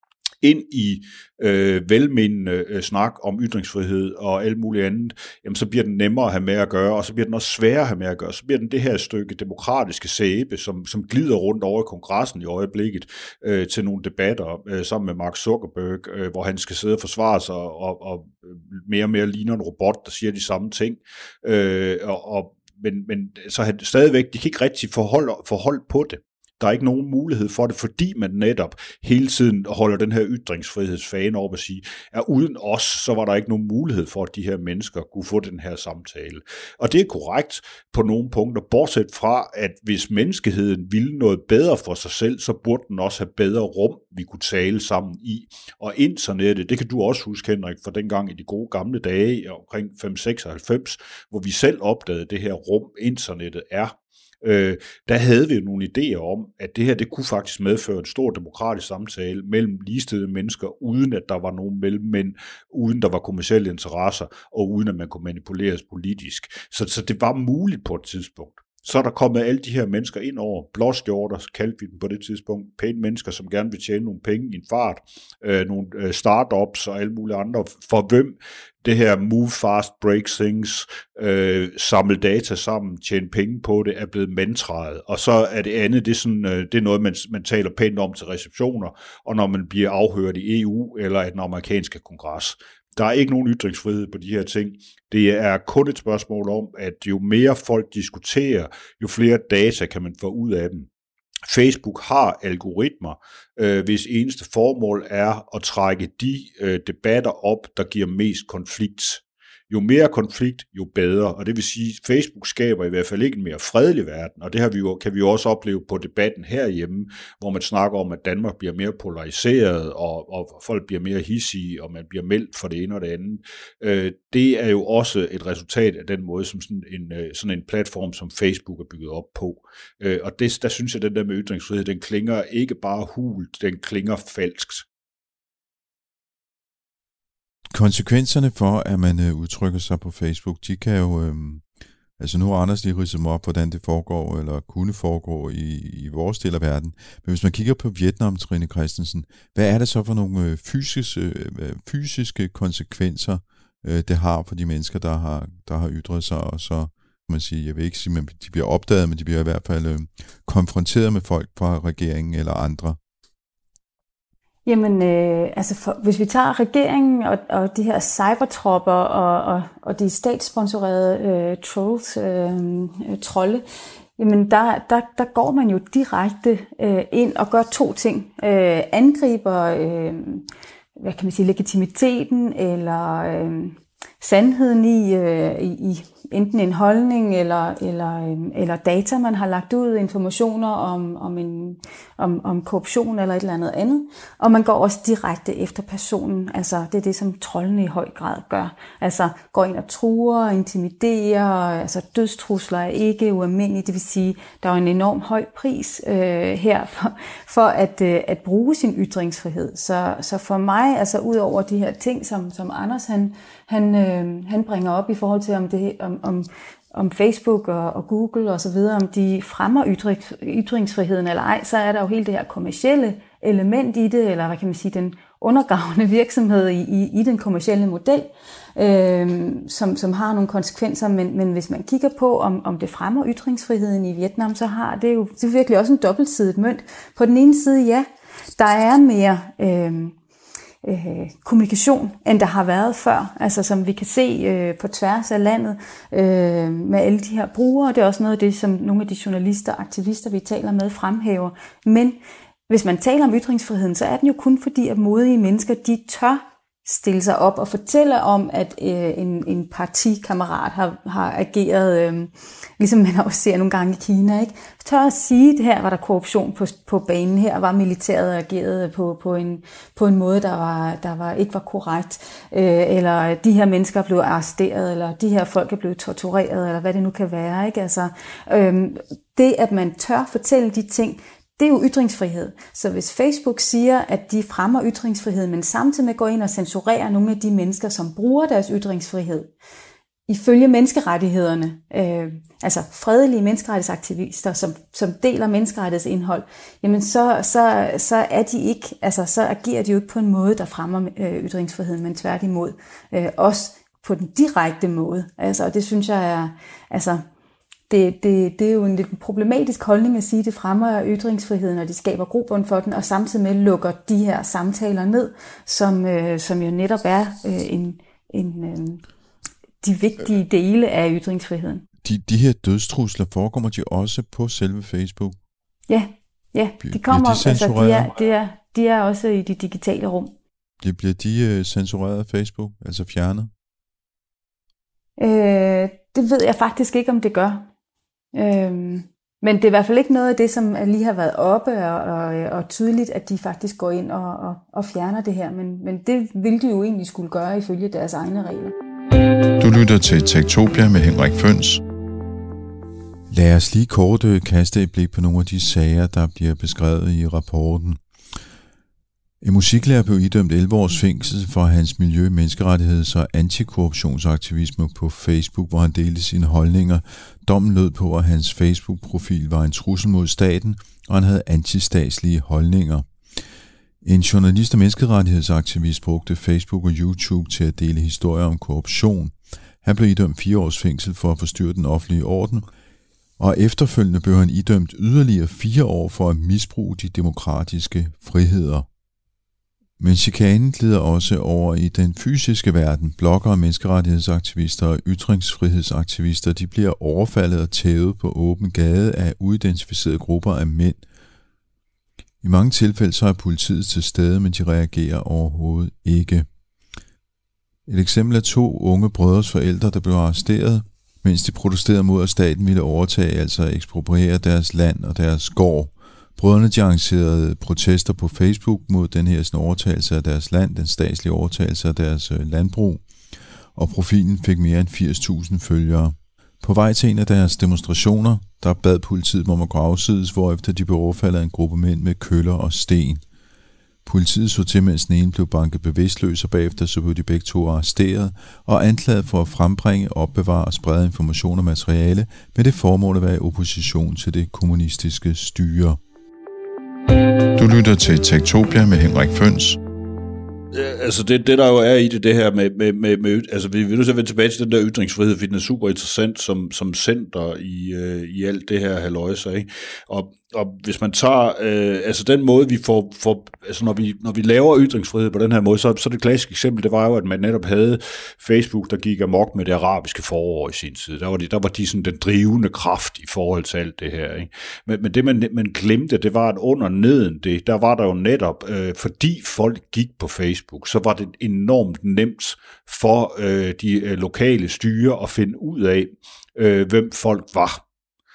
ind i øh, velmenende øh, snak om ytringsfrihed og alt muligt andet, jamen så bliver den nemmere at have med at gøre, og så bliver den også sværere at have med at gøre. Så bliver den det her stykke demokratiske sæbe, som, som glider rundt over i kongressen i øjeblikket øh, til nogle debatter øh, sammen med Mark Zuckerberg, øh, hvor han skal sidde og forsvare sig og, og mere og mere ligner en robot, der siger de samme ting. Øh, og, og, men, men så han stadigvæk, de kan ikke rigtig forholde, forholde på det. Der er ikke nogen mulighed for det, fordi man netop hele tiden holder den her ytringsfrihedsfane op og sige, at uden os, så var der ikke nogen mulighed for, at de her mennesker kunne få den her samtale. Og det er korrekt på nogle punkter, bortset fra, at hvis menneskeheden ville noget bedre for sig selv, så burde den også have bedre rum, vi kunne tale sammen i. Og internettet, det kan du også huske, Henrik, for dengang i de gode gamle dage, omkring fem seksoghalvfems, hvor vi selv opdagede det her rum, internettet er. Øh, der havde vi nogle idéer om, at det her det kunne faktisk medføre en stor demokratisk samtale mellem ligestillede mennesker, uden at der var nogen mellemmænd, uden der var kommercielle interesser, og uden at man kunne manipuleres politisk. Så, så det var muligt på et tidspunkt. Så er der kommet alle de her mennesker ind over, blåskjorter, kaldte vi dem på det tidspunkt, pæne mennesker, som gerne vil tjene nogle penge i en fart, øh, nogle øh, startups og alle mulige andre, for hvem det her move fast, break things, øh, samle data sammen, tjene penge på det, er blevet mantraet. Og så er det andet, det er, sådan, øh, det er noget, man, man taler pænt om til receptioner, og når man bliver afhørt i E U eller i den amerikanske kongres. Der er ikke nogen ytringsfrihed på de her ting. Det er kun et spørgsmål om, at jo mere folk diskuterer, jo flere data kan man få ud af dem. Facebook har algoritmer, øh, hvis eneste formål er at trække de øh, debatter op, der giver mest konflikt. Jo mere konflikt, jo bedre. Og det vil sige, at Facebook skaber i hvert fald ikke en mere fredelig verden. Og det har vi jo, kan vi jo også opleve på debatten herhjemme, hvor man snakker om, at Danmark bliver mere polariseret, og, og folk bliver mere hidsige, og man bliver meldt for det ene og det andet. Øh, det er jo også et resultat af den måde, som sådan en, sådan en platform som Facebook er bygget op på. Øh, og det, der synes jeg, at den der med ytringsfrihed, den klinger ikke bare hult, den klinger falskt. Konsekvenserne for, at man øh, udtrykker sig på Facebook, de kan jo, øh, altså nu har Anders lige ridset mig op, hvordan det foregår, eller kunne foregå i, i vores del af verden. Men hvis man kigger på Vietnam, Trine Christensen, hvad er det så for nogle øh, fysiske, øh, fysiske konsekvenser, øh, det har for de mennesker, der har, der har ytret sig, og så, man sige, jeg vil ikke sige, at de bliver opdaget, men de bliver i hvert fald øh, konfronteret med folk fra regeringen eller andre. Jamen, øh, altså for, hvis vi tager regeringen og, og de her cybertropper og, og, og de statssponsorerede øh, trolls, øh, trolde, jamen der, der, der går man jo direkte øh, ind og gør to ting. Øh, angriber, øh, hvad kan man sige, legitimiteten eller øh, sandheden i, øh, i, i enten en holdning eller, eller, eller data, man har lagt ud, informationer om, om, en, om, om korruption eller et eller andet andet. Og man går også direkte efter personen. Altså det er det, som troldene i høj grad gør. Altså går ind og truer, intimiderer, altså dødstrusler er ikke ualmindeligt. Det vil sige, der er en enorm høj pris øh, her for, for at, øh, at bruge sin ytringsfrihed. Så, så for mig, altså ud over de her ting, som, som Anders han, han, øh, han bringer op i forhold til, om det om Om, om Facebook og, og Google og så videre, om de fremmer ytrings, ytringsfriheden eller ej, så er der jo hele det her kommercielle element i det, eller hvad kan man sige, den undergravende virksomhed i, i, i den kommercielle model, øh, som, som har nogle konsekvenser, men, men hvis man kigger på, om, om det fremmer ytringsfriheden i Vietnam, så har det jo det er virkelig også en dobbeltsidet mønt. På den ene side, ja, der er mere Øh, Øh, kommunikation, end der har været før, altså som vi kan se øh, på tværs af landet øh, med alle de her brugere. Det er også noget af det, som nogle af de journalister og aktivister, vi taler med, fremhæver. Men hvis man taler om ytringsfriheden, så er den jo kun fordi, at modige mennesker, de tør stille sig op og fortælle om, at øh, en, en partikammerat har, har ageret, øh, ligesom man også ser nogle gange i Kina, ikke? Tør at sige, det her var der korruption på, på banen, her var militæret ageret på, på, en, på en måde, der, var, der var, ikke var korrekt, øh, eller de her mennesker blev arresteret, eller de her folk er blevet tortureret, eller hvad det nu kan være, ikke? Altså, øh, det, at man tør fortælle de ting, det er jo ytringsfrihed. Så hvis Facebook siger, at de fremmer ytringsfrihed, men samtidig med går ind og censurerer nogle af de mennesker, som bruger deres ytringsfrihed, ifølge menneskerettighederne, øh, altså fredelige menneskerettighedsaktivister, som, som deler menneskerettighedsindhold, jamen så, så, så er de ikke, altså så agerer de jo ikke på en måde, der fremmer øh, ytringsfriheden, men tværtimod øh, også på den direkte måde. Altså, og det synes jeg er, altså, det, det, det er jo en lidt problematisk holdning at sige, at det fremmer ytringsfriheden, og de skaber grobund for den, og samtidig med lukker de her samtaler ned, som, øh, som jo netop er øh, en, en øh, de vigtige dele af ytringsfriheden. De, de her dødstrusler, forekommer de også på selve Facebook? Ja, ja de kommer, de altså de er, de, er, de er også i de digitale rum. Det bliver de uh, censureret af Facebook, altså fjernet? Øh, det ved jeg faktisk ikke, om det gør. Øh, men det er i hvert fald ikke noget af det, som lige har været oppe, og, og, og tydeligt, at de faktisk går ind og, og, og fjerner det her. Men, men det ville de jo egentlig skulle gøre ifølge deres egne regler. Du lytter til Techtopia med Henrik Føns. Lad os lige kort kaste et blik på nogle af de sager, der bliver beskrevet i rapporten. En musiklærer blev idømt elleve års fængsel for hans miljø-, menneskerettigheds- og antikorruptionsaktivisme på Facebook, hvor han delte sine holdninger. Dommen lød på, at hans Facebook-profil var en trussel mod staten, og han havde antistatslige holdninger. En journalist og menneskerettighedsaktivist brugte Facebook og YouTube til at dele historier om korruption. Han blev idømt fire års fængsel for at forstyrre den offentlige orden, og efterfølgende blev han idømt yderligere fire år for at misbruge de demokratiske friheder. Men chikanen glider også over i den fysiske verden. Bloggere, menneskerettighedsaktivister og ytringsfrihedsaktivister, de bliver overfaldet og tævet på åben gade af uidentificerede grupper af mænd. I mange tilfælde så er politiet til stede, men de reagerer overhovedet ikke. Et eksempel er to unge brødres forældre, der blev arresteret, mens de protesterede mod, at staten ville overtage, altså ekspropriere deres land og deres gård. Brødrene de arrangerede protester på Facebook mod den her sådan, overtagelse af deres land, den statslige overtagelse af deres øh, landbrug, og profilen fik mere end firs tusind følgere. På vej til en af deres demonstrationer, der bad politiet om at gå afsides, hvorefter de blev overfaldet af en gruppe mænd med køller og sten. Politiet så til, mens den ene blev banket bevidstløs, og bagefter så blev de begge to arresteret og anklaget for at frembringe, opbevare og sprede information og materiale med det formål at være i opposition til det kommunistiske styre. Du lytter til Techtopia med Henrik Føns. Altså det, det der jo er i det, det her med, med, med, med altså vi vil nødt til at vende tilbage til den der ytringsfrihed, fordi den er super interessant som, som center i, øh, i alt det her halløjse, ikke? Og, og hvis man tager, øh, altså den måde vi får, får altså når vi, når vi laver ytringsfrihed på den her måde, så, så det klassiske eksempel, det var jo, at man netop havde Facebook, der gik amok med det arabiske forår i sin tid. Der var de, der var de sådan den drivende kraft i forhold til alt det her, ikke? Men, men det man, man glemte, det var, at under neden det, der var der jo netop, øh, fordi folk gik på Facebook, så var det enormt nemt for øh, de øh, lokale styre at finde ud af, øh, hvem folk var.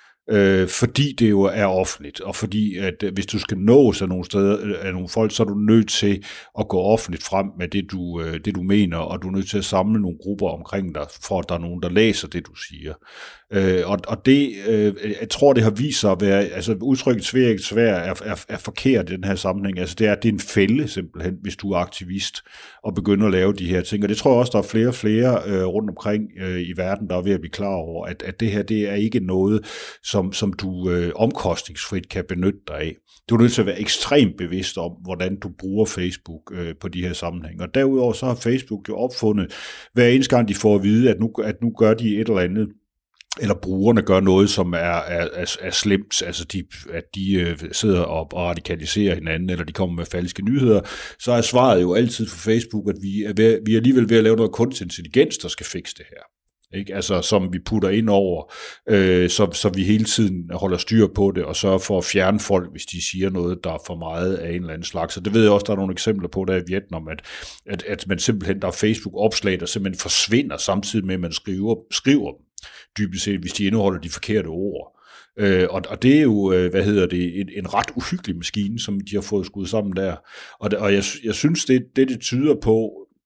Øh, fordi det jo er offentligt, og fordi at øh, hvis du skal nås af nogle steder øh, af nogle folk, så er du nødt til at gå offentligt frem med det du, øh, det du mener, og du er nødt til at samle nogle grupper omkring dig, for at der er nogen, der læser det du siger. Øh, og, og det, øh, jeg tror det har vist sig at være, altså udtrykket svær ikke svær er, er, er forkert i den her sammenhæng, altså det er, det er en fælde simpelthen, hvis du er aktivist og begynder at lave de her ting, og det tror jeg også, der er flere og flere øh, rundt omkring øh, i verden, der er ved at blive klar over, at, at det her, det er ikke noget, som, som du øh, omkostningsfrit kan benytte dig af. Du er nødt til at være ekstremt bevidst om, hvordan du bruger Facebook øh, på de her sammenhæng, og derudover så har Facebook jo opfundet, hver eneste gang de får at vide, at nu, at nu gør de et eller andet, eller brugerne gør noget, som er, er, er, er slemt, altså de, at de øh, sidder op og radikaliserer hinanden, eller de kommer med falske nyheder, så er svaret jo altid for Facebook, at vi er, ved, vi er alligevel ved at lave noget kunstig intelligens, der skal fikse det her. Ikke? Altså, som vi putter ind over, øh, så, så vi hele tiden holder styr på det, og sørger for at fjerne folk, hvis de siger noget, der er for meget af en eller anden slags. Så det ved jeg også, der er nogle eksempler på der i Vietnam, at, at, at man simpelthen, der er Facebook-opslag, der simpelthen forsvinder, samtidig med, at man skriver, skriver dem, dybest set, hvis de indeholder de forkerte ord. Øh, og, og det er jo, øh, hvad hedder det, en, en ret uhyggelig maskine, som de har fået skudt sammen der. Og, det, og jeg, jeg synes, det, det det tyder på,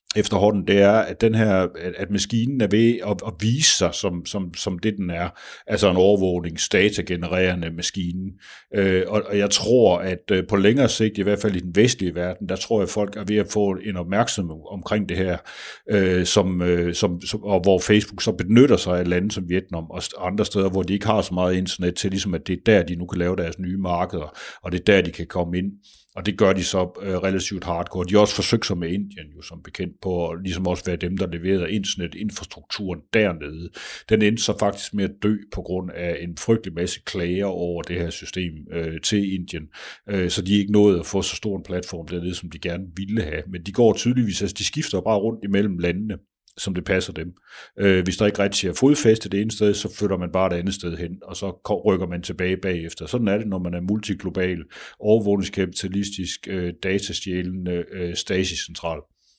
efterhånden, det er, at den her, at maskinen er ved at, at vise sig som, som, som det, den er. Altså en overvågningsdata-genererende maskine. Øh, og, og jeg tror, at øh, på længere sigt, i hvert fald i den vestlige verden, der tror jeg, at folk er ved at få en opmærksomhed omkring det her, øh, som, øh, som, som, og hvor Facebook så benytter sig af lande som Vietnam og andre steder, hvor de ikke har så meget internet til, ligesom at det er der, de nu kan lave deres nye markeder, og det er der, de kan komme ind. Og det gør de så øh, relativt hardcore. De har også forsøgt sig med Indien, jo som bekendt på, at ligesom også være dem, der leverede internetinfrastrukturen dernede. Den endte så faktisk med at dø på grund af en frygtelig masse klager over det her system øh, til Indien. Øh, så de ikke nåede at få så stor en platform dernede, som de gerne ville have. Men de går tydeligvis, altså de skifter bare rundt imellem landene, som det passer dem. Øh, hvis der ikke rigtig er fodfæste det ene sted, så flytter man bare det andet sted hen, og så rykker man tilbage bagefter. Sådan er det, når man er multiglobal, overvågningskapitalistisk, øh, datastjælende, øh, Stasi-central.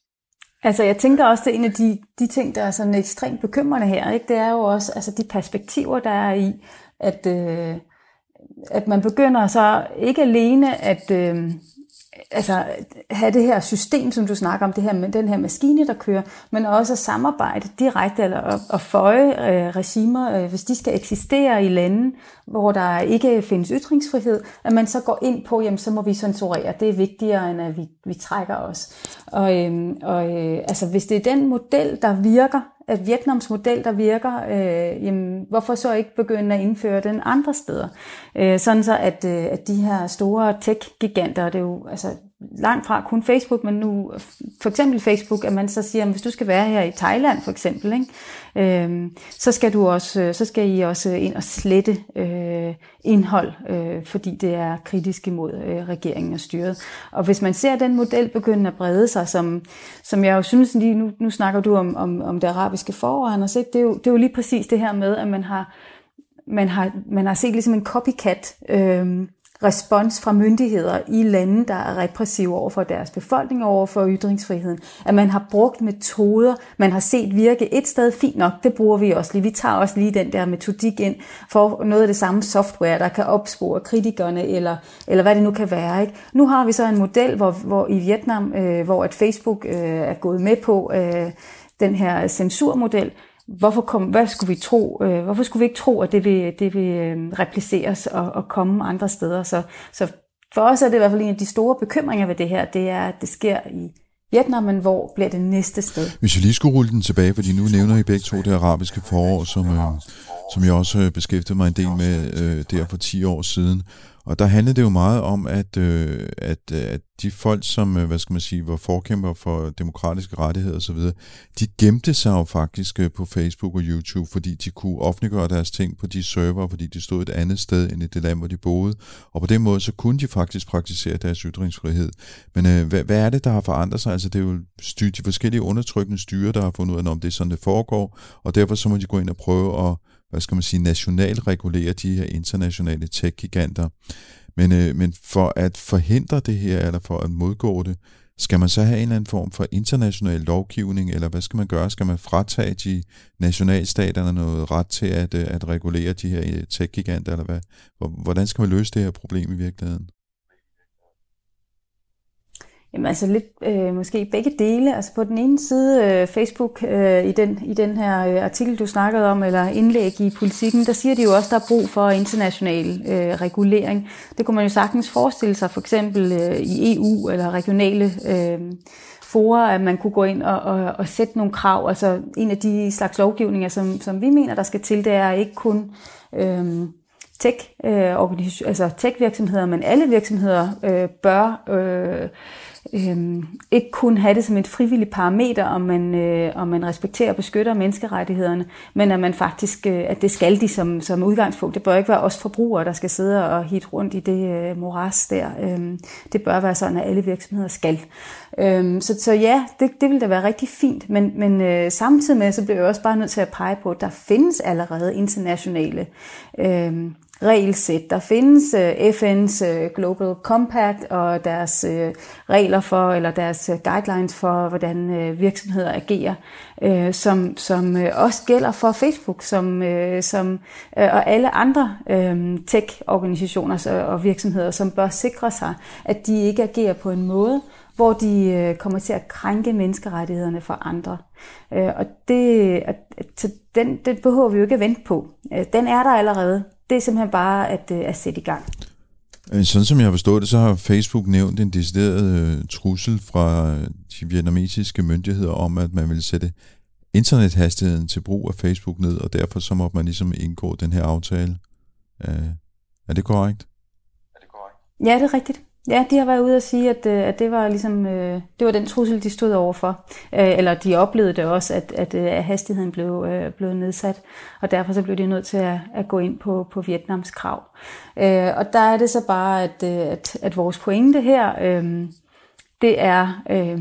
Altså jeg tænker også, det er en af de, de ting, der er sådan ekstremt bekymrende her, ikke? Det er jo også altså, de perspektiver, der er i, at, øh, at man begynder så ikke alene at... Øh, altså have det her system, som du snakker om, det her med den her maskine, der kører, men også at samarbejde direkte eller at, at føje øh, regimer, øh, hvis de skal eksistere i lande, hvor der ikke findes ytringsfrihed, at man så går ind på, jamen så må vi censurere. Det er vigtigere, end at vi, vi trækker os. Og, øh, og øh, altså hvis det er den model, der virker, at Vietnams model, der virker, øh, jamen, hvorfor så ikke begynde at indføre den andre steder? Øh, sådan så, at, øh, at de her store tech-giganter, det er jo altså, langt fra kun Facebook, men nu for eksempel Facebook, at man så siger, at hvis du skal være her i Thailand for eksempel, ikke, øh, så skal du også, så skal I også ind og slette øh, indhold, øh, fordi det er kritisk imod øh, regeringen og styret. Og hvis man ser den model begynde at brede sig, som, som jeg jo synes, lige nu, nu snakker du om, om, om det arabiske forår, Anders, ikke? Det, er jo, det er jo lige præcis det her med, at man har, man har, man har set ligesom en copycat øh, respons fra myndigheder i lande, der er repressive over for deres befolkning, over for ytringsfriheden. At man har brugt metoder, man har set virke et sted, fint nok, det bruger vi også lige. Vi tager også lige den der metodik ind for noget af det samme software, der kan opspore kritikerne, eller, eller hvad det nu kan være. Ikke? Nu har vi så en model, hvor, hvor i Vietnam, øh, hvor at Facebook øh, er gået med på øh, den her censurmodel. Hvorfor, kom, hvad skulle vi tro, øh, hvorfor skulle vi ikke tro, at det vil, det vil øh, repliceres og, og komme andre steder? Så, så for os er det i hvert fald en af de store bekymringer ved det her, det er, at det sker i Vietnam, men hvor bliver det næste sted? Hvis vi lige skulle rulle den tilbage, fordi nu nævner I begge to det arabiske forår, som, øh, som jeg også beskæftigede mig en del med øh, der for ti år siden. Og der handlede det jo meget om, at, øh, at, at de folk, som hvad skal man sige, var forkæmper for demokratiske rettigheder osv., de gemte sig jo faktisk på Facebook og YouTube, fordi de kunne offentliggøre deres ting på de server, fordi de stod et andet sted end i det land, hvor de boede. Og på den måde, så kunne de faktisk praktisere deres ytringsfrihed. Men øh, hvad, hvad er det, der har forandret sig? Altså det er jo styr, de forskellige undertrykkende styre, der har fundet ud af, om det er sådan, det foregår, og derfor så må de gå ind og prøve at hvad skal man sige, nationalt regulere de her internationale tech-giganter. Men, øh, men for at forhindre det her, eller for at modgå det, skal man så have en eller anden form for international lovgivning, eller hvad skal man gøre? Skal man fratage de nationalstaterne noget ret til at, at regulere de her tech-giganter, eller hvad? Hvordan skal man løse det her problem i virkeligheden? Jamen altså lidt øh, måske begge dele. Altså på den ene side øh, Facebook øh, i den i den her øh, artikel du snakkede om eller indlæg i Politikken, der siger de jo også der er brug for international øh, regulering. Det kunne man jo sagtens forestille sig for eksempel øh, i E U eller regionale øh, fora, at man kunne gå ind og, og, og sætte nogle krav. Altså en af de slags lovgivninger som som vi mener der skal til, det er ikke kun øh, tech øh, altså tech-virksomheder, men alle virksomheder øh, bør øh, Øhm, ikke kun have det som et frivilligt parameter, om man, øh, om man respekterer og beskytter menneskerettighederne, men at man faktisk, øh, at det skal de som, som udgangspunkt. Det bør ikke være os forbrugere, der skal sidde og hitte rundt i det øh, moras der. Øhm, det bør være sådan, at alle virksomheder skal. Øhm, så, så ja, det, det vil da være rigtig fint, men, men øh, samtidig med, så bliver jeg også bare nødt til at pege på, at der findes allerede internationale øh, regelsæt. Der findes øh, F N's øh, Global Compact og deres øh, regler for, eller deres øh, guidelines for, hvordan øh, virksomheder agerer, øh, som, som øh, også gælder for Facebook, som, øh, som, øh, og alle andre øh, tech-organisationer og virksomheder, som bør sikre sig, at de ikke agerer på en måde, hvor de øh, kommer til at krænke menneskerettighederne for andre. Øh, og det, at, den, den behøver vi jo ikke at vente på. Øh, den er der allerede. Det er simpelthen bare at, at sætte i gang. Sådan som jeg har forstået det, så har Facebook nævnt en decideret øh, trussel fra de vietnamesiske myndigheder om, at man vil sætte internethastigheden til brug af Facebook ned, og derfor så må man ligesom indgå den her aftale. Øh, er det korrekt? Er det korrekt? Ja, det er rigtigt. Ja, de har været ude at sige, at, at det var ligesom øh, det var den trussel, de stod overfor. Øh, eller de oplevede det også, at, at, at hastigheden blev, øh, blev nedsat, og derfor så blev de nødt til at, at gå ind på, på Vietnams krav. Øh, og der er det så bare, at, at, at vores pointe her, øh, det er... Øh,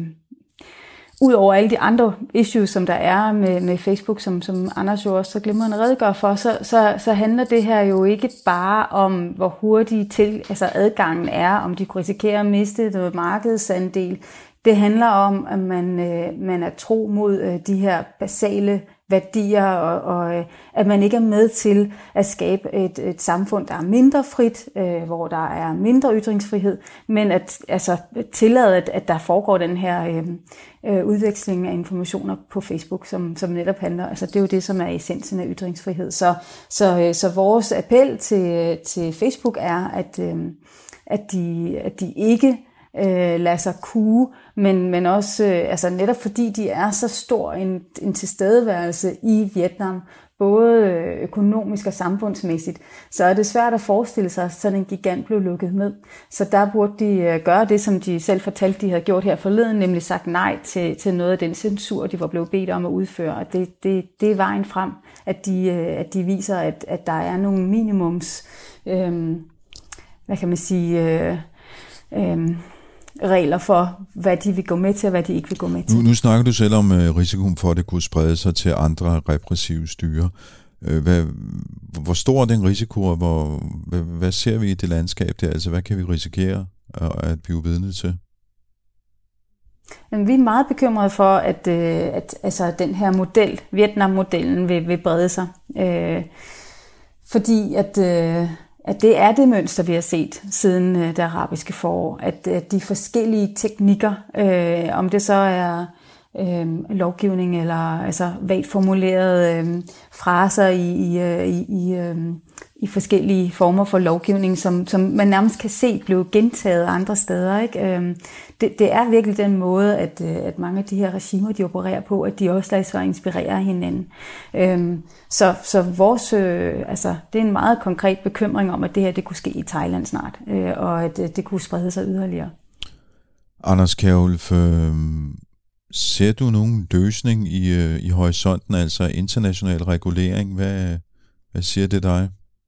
Udover alle de andre issues, som der er med, med Facebook, som, som Anders jo også så glimrende redegør for, så, så, så handler det her jo ikke bare om, hvor hurtigt til, altså adgangen er, om de kunne risikere at miste noget markedsandel. Det handler om, at man, øh, man er tro mod øh, de her basale værdier, og, og at man ikke er med til at skabe et, et samfund, der er mindre frit, øh, hvor der er mindre ytringsfrihed, men at altså, tillade, at, at der foregår den her øh, øh, udveksling af informationer på Facebook, som, som netop handler, altså det er jo det, som er essensen af ytringsfrihed. Så, så, øh, så vores appel til, til Facebook er, at, øh, at, de, at de ikke Øh, lader sig kue, men, men også øh, altså netop fordi de er så stor en, en tilstedeværelse i Vietnam, både økonomisk og samfundsmæssigt, så er det svært at forestille sig, at sådan en gigant blev lukket med. Så der burde de gøre det, som de selv fortalte, de havde gjort her forleden, nemlig sagt nej til, til noget af den censur, de var blevet bedt om at udføre. Og det, det, det er vejen frem, at de, at de viser, at, at der er nogle minimums, øh, hvad kan man sige, øh, øh, regler for, hvad de vil gå med til, og hvad de ikke vil gå med til. Nu, nu snakker du selv om uh, risikoen for, at det kunne sprede sig til andre repressive styre. Uh, hvad, hvor stor er den risiko, og hvor, hvad, hvad ser vi i det landskab der? Altså, hvad kan vi risikere at blive vidne til? Men vi er meget bekymrede for, at, øh, at altså, den her model, Vietnam-modellen, vil, vil brede sig. Øh, fordi at... Øh, at det er det mønster, vi har set siden øh, det arabiske forår, at, at de forskellige teknikker, øh, om det så er øh, lovgivning eller altså vagt formulerede øh, fraser i, i, i, i, øh, i forskellige former for lovgivning, som, som man nærmest kan se blive gentaget andre steder. Ikke? Øh, det, det er virkelig den måde, at, at mange af de her regimer, de opererer på, at de også lader sig inspirere af hinanden. Øh, Så, så vores, øh, altså, det er en meget konkret bekymring om, at det her det kunne ske i Thailand snart, øh, og at det, det kunne sprede sig yderligere. Anders Kjærulf, øh, ser du nogen løsning i, øh, i horisonten, altså international regulering? Hvad, hvad siger det dig?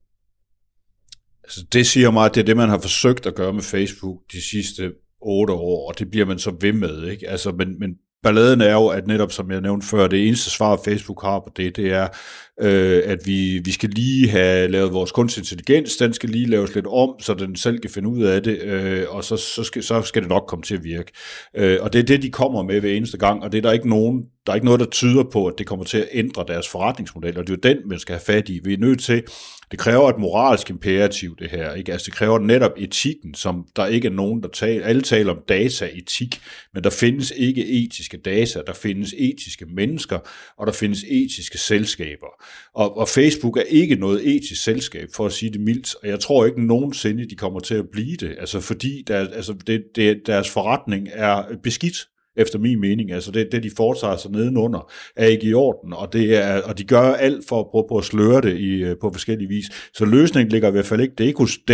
Altså, det siger mig, at det er det, man har forsøgt at gøre med Facebook de sidste otte år, og det bliver man så ved med, ikke? Altså, men, men balladen er jo, at netop som jeg nævnte før, det eneste svar, Facebook har på det, det er, øh, at vi, vi skal lige have lavet vores kunstig intelligens, den skal lige laves lidt om, så den selv kan finde ud af det, øh, og så, så, skal, så skal det nok komme til at virke. Øh, og det er det, de kommer med hver eneste gang, og det er der ikke nogen, der er ikke noget, der tyder på, at det kommer til at ændre deres forretningsmodel, og det er jo den, man skal have fat i. Vi er nødt til, det kræver et moralsk imperativ, det her, ikke? Altså det kræver netop etikken, som der ikke er nogen, der taler, alle taler om dataetik, men der findes ikke etiske data, der findes etiske mennesker, og der findes etiske selskaber. Og, og Facebook er ikke noget etisk selskab, for at sige det mildt, og jeg tror ikke nogensinde, de kommer til at blive det, altså fordi der, altså det, det, deres forretning er beskidt, efter min mening. Altså det, det de foretager sig nedenunder, er ikke i orden, og, det er, og de gør alt for at prøve på at sløre det i, på forskellige vis. Så løsningen ligger i hvert fald ikke, det er ikke hos dem,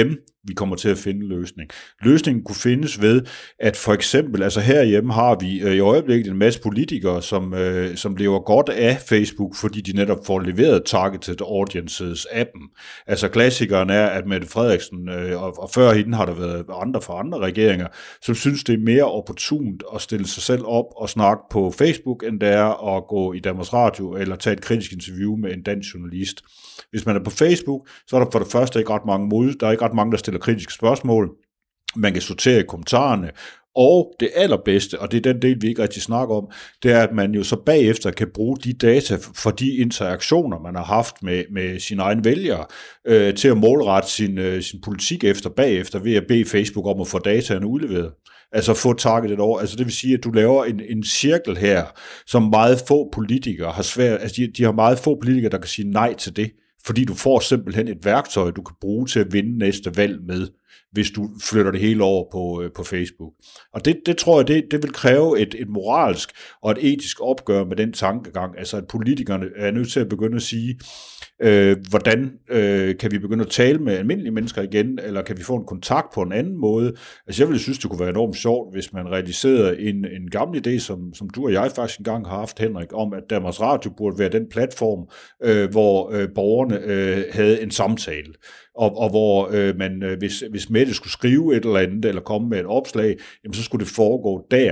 vi kommer til at finde en løsning. Løsningen kunne findes ved, at for eksempel, altså herhjemme har vi øh, i øjeblikket en masse politikere, som, øh, som lever godt af Facebook, fordi de netop får leveret targeted audiences af dem. Altså klassikeren er, at Mette Frederiksen, øh, og, og før hende har der været andre fra andre regeringer, som synes, det er mere opportunt at stille sig selv op og snakke på Facebook, end det er at gå i Danmarks Radio eller tage et kritisk interview med en dansk journalist. Hvis man er på Facebook, så er der for det første ikke ret mange mod, der er ikke ret mange, der stiller kritiske spørgsmål. Man kan sortere i kommentarerne, og det allerbedste, og det er den del, vi ikke rigtig snakker om, det er, at man jo så bagefter kan bruge de data for de interaktioner, man har haft med, med sine egne vælgere, øh, til at målrette sin, øh, sin politik efter bagefter, ved at bede Facebook om at få dataene udleveret. Altså få targetet over. Altså det vil sige, at du laver en, en cirkel her, som meget få politikere har svært, altså de, de har meget få politikere, der kan sige nej til det, fordi du får simpelthen et værktøj, du kan bruge til at vinde næste valg med, hvis du flytter det hele over på, øh, på Facebook. Og det, det tror jeg, det, det vil kræve et, et moralsk og et etisk opgør med den tankegang, altså at politikerne er nødt til at begynde at sige, øh, hvordan øh, kan vi begynde at tale med almindelige mennesker igen, eller kan vi få en kontakt på en anden måde. Altså jeg ville synes, det kunne være enormt sjovt, hvis man realiserede en, en gammel idé, som, som du og jeg faktisk engang har haft, Henrik, om at Danmarks Radio burde være den platform, øh, hvor øh, borgerne øh, havde en samtale. Og, og hvor øh, man, øh, hvis, hvis Mette skulle skrive et eller andet, eller komme med et opslag, jamen, så skulle det foregå der,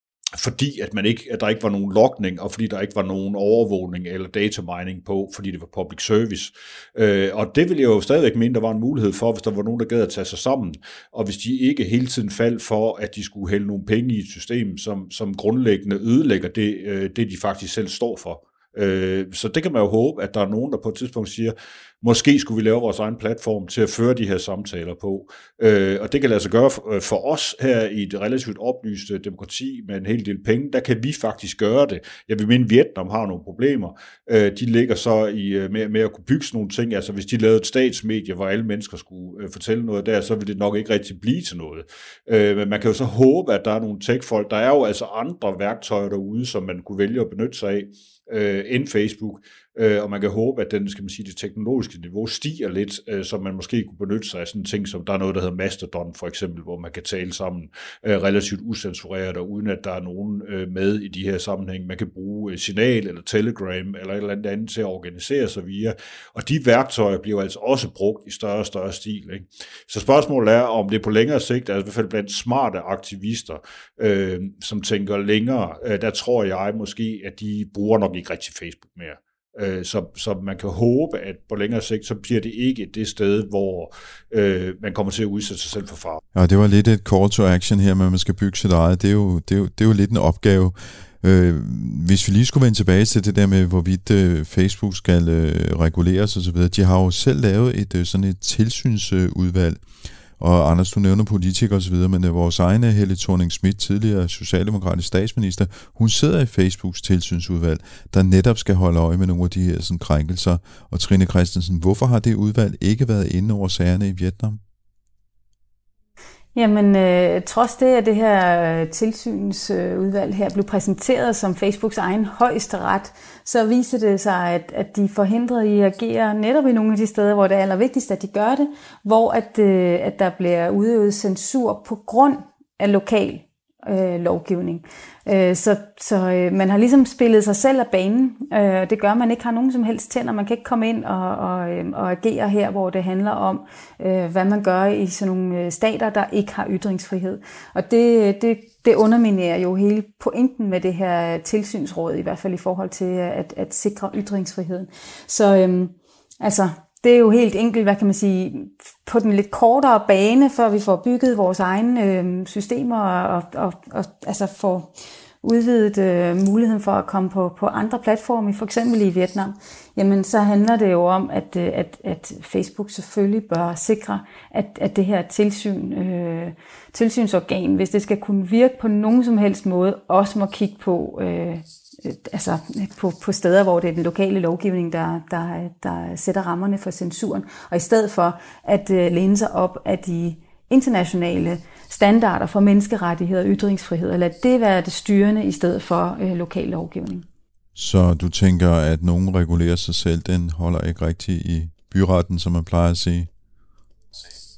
fordi at, man ikke, at der ikke var nogen logning, og fordi der ikke var nogen overvågning eller data mining på, fordi det var public service. Øh, og det ville jeg jo stadigvæk mene, der var en mulighed for, hvis der var nogen, der gad at tage sig sammen, og hvis de ikke hele tiden faldt for, at de skulle hælde nogle penge i et system, som, som grundlæggende ødelægger det, øh, det, de faktisk selv står for. Øh, så det kan man jo håbe, at der er nogen, der på et tidspunkt siger, måske skulle vi lave vores egen platform til at føre de her samtaler på. Øh, og det kan lade sig gøre for, for os her i et relativt oplyst demokrati med en hel del penge. Der kan vi faktisk gøre det. Jeg vil mene, Vietnam har nogle problemer. Øh, de ligger så i, med, med at kunne bygge sådan nogle ting. Altså hvis de lavede et statsmedie, hvor alle mennesker skulle øh, fortælle noget der, så vil det nok ikke rigtig blive til noget. Øh, men man kan jo så håbe, at der er nogle tech-folk. Der er jo altså andre værktøjer derude, som man kunne vælge at benytte sig af, øh, end Facebook. Øh, og man kan håbe, at den, skal man sige, det teknologiske niveau stiger lidt, øh, så man måske kunne benytte sig af sådan ting, som der er noget, der hedder Mastodon for eksempel, hvor man kan tale sammen øh, relativt usensureret, og uden at der er nogen øh, med i de her sammenhæng. Man kan bruge Signal eller Telegram eller et eller andet andet til at organisere sig via, og de værktøjer bliver altså også brugt i større og større stil. Ikke? Så spørgsmålet er, om det på længere sigt, altså i hvert fald blandt smarte aktivister, øh, som tænker længere, øh, der tror jeg måske, at de bruger nok ikke rigtig Facebook mere. Så, så man kan håbe, at på længere sigt, så bliver det ikke det sted, hvor øh, man kommer til at udsætte sig selv for fare. Ja, det var lidt et call to action her, men man skal bygge sit eget. Det er jo, det er jo, det er jo lidt en opgave. Øh, hvis vi lige skulle vende tilbage til det der med, hvorvidt øh, Facebook skal øh, reguleres og så videre. De har jo selv lavet et øh, sådan et tilsynsudvalg. Og Anders, du nævner politikere og så videre, men vores egen Helle Thorning-Schmidt, tidligere socialdemokratisk statsminister, hun sidder i Facebooks tilsynsudvalg, der netop skal holde øje med nogle af de her sådan, krænkelser. Og Trine Christensen, hvorfor har det udvalg ikke været inde over sagerne i Vietnam? Jamen, øh, trods det, at det her tilsynsudvalg her blev præsenteret som Facebooks egen højesteret, så viser det sig, at, at de forhindrede i at agere netop i nogle af de steder, hvor det er allervigtigst, at de gør det, hvor at, øh, at der bliver udøvet censur på grund af lokal øh, lovgivning. Øh, så så øh, man har ligesom spillet sig selv af banen, øh, og det gør, at man ikke har nogen som helst tænder. Man kan ikke komme ind og, og, øh, og agere her, hvor det handler om, øh, hvad man gør i sådan nogle stater, der ikke har ytringsfrihed. Og det, det, det underminerer jo hele pointen med det her tilsynsråd, i hvert fald i forhold til at, at sikre ytringsfriheden. Så øh, altså... Det er jo helt enkelt, hvad kan man sige, på den lidt kortere bane, før vi får bygget vores egne øh, systemer og, og, og altså får udvidet øh, muligheden for at komme på, på andre platforme, for eksempel i Vietnam. Jamen så handler det jo om, at, at, at Facebook selvfølgelig bør sikre, at, at det her tilsyn, øh, tilsynsorgan, hvis det skal kunne virke på nogen som helst måde, også må kigge på... Øh, altså på, på steder, hvor det er den lokale lovgivning, der, der, der sætter rammerne for censuren, og i stedet for at uh, læne sig op af de internationale standarder for menneskerettigheder og ytringsfrihed, eller det være det styrende i stedet for uh, lokal lovgivning. Så du tænker, at nogen regulerer sig selv, den holder ikke rigtig i byretten, som man plejer at sige?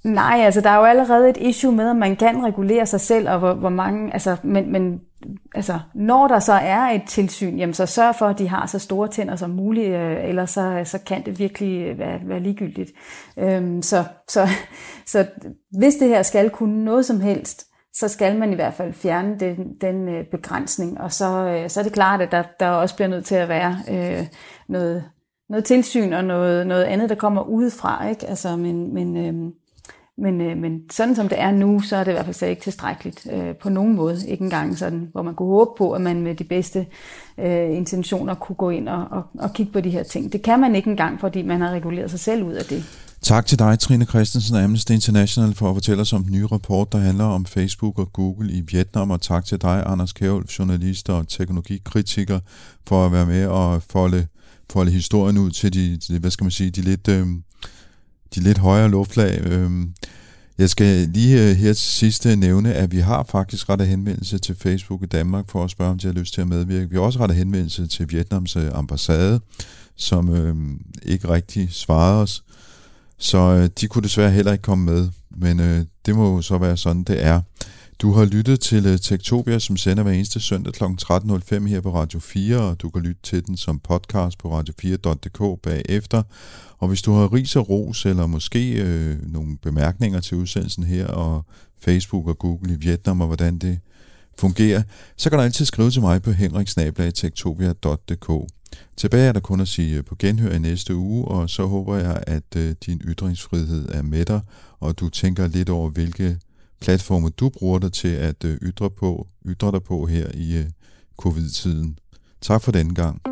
Nej, altså der er jo allerede et issue med, at man kan regulere sig selv, og hvor, hvor mange, altså, men, men altså, når der så er et tilsyn, jamen så sørg for, at de har så store tænder som muligt, øh, ellers så, så kan det virkelig være, være ligegyldigt. Øhm, så, så, så hvis det her skal kunne noget som helst, så skal man i hvert fald fjerne den, den øh, begrænsning, og så, øh, så er det klart, at der, der også bliver nødt til at være øh, noget, noget tilsyn og noget, noget andet, der kommer udefra, ikke? Altså, men, men, øh, men, øh, men sådan som det er nu, så er det i hvert fald så ikke tilstrækkeligt øh, på nogen måde, ikke engang sådan, hvor man kunne håbe på, at man med de bedste øh, intentioner kunne gå ind og, og, og kigge på de her ting. Det kan man ikke engang, fordi man har reguleret sig selv ud af det. Tak til dig, Trine Christensen af Amnesty International, for at fortælle os om den nye rapport, der handler om Facebook og Google i Vietnam, og tak til dig, Anders Kjærulff, journalist og teknologikritiker, for at være med og folde, folde historien ud til de, de, hvad skal man sige, de lidt, øh, de lidt højere luftlag. Øh, jeg skal lige øh, her til sidst nævne, at vi har faktisk rettet henvendelse til Facebook i Danmark for at spørge, om de har lyst til at medvirke. Vi har også rettet henvendelse til Vietnams ambassade, som øh, ikke rigtig svarede os. Så øh, de kunne desværre heller ikke komme med, men øh, det må jo så være sådan, det er. Du har lyttet til øh, Techtopia, som sender hver eneste søndag kl. tretten nul fem her på Radio fire, og du kan lytte til den som podcast på radio fire punktum d k bagefter. Og hvis du har ris og ros, eller måske øh, nogle bemærkninger til udsendelsen her, og Facebook og Google i Vietnam, og hvordan det fungerer, så kan du altid skrive til mig på henrik snabel-a techtopia punktum d k. Tilbage er der kun at sige på genhør i næste uge, og så håber jeg, at øh, din ytringsfrihed er med dig, og du tænker lidt over, hvilke platforme du bruger dig til at øh, ytre, på, ytre dig på her i øh, covid-tiden. Tak for denne gang.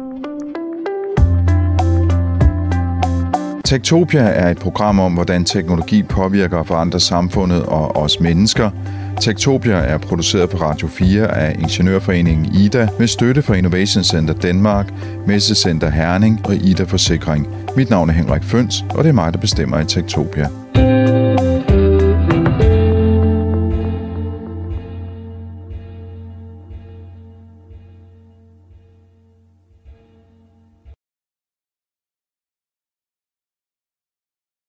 Techtopia er et program om, hvordan teknologi påvirker og forandrer samfundet og os mennesker. Techtopia er produceret på Radio fire af Ingeniørforeningen Ida med støtte fra Innovation Center Danmark, Messecenter Herning og Ida Forsikring. Mit navn er Henrik Føns, og det er mig, der bestemmer i Techtopia.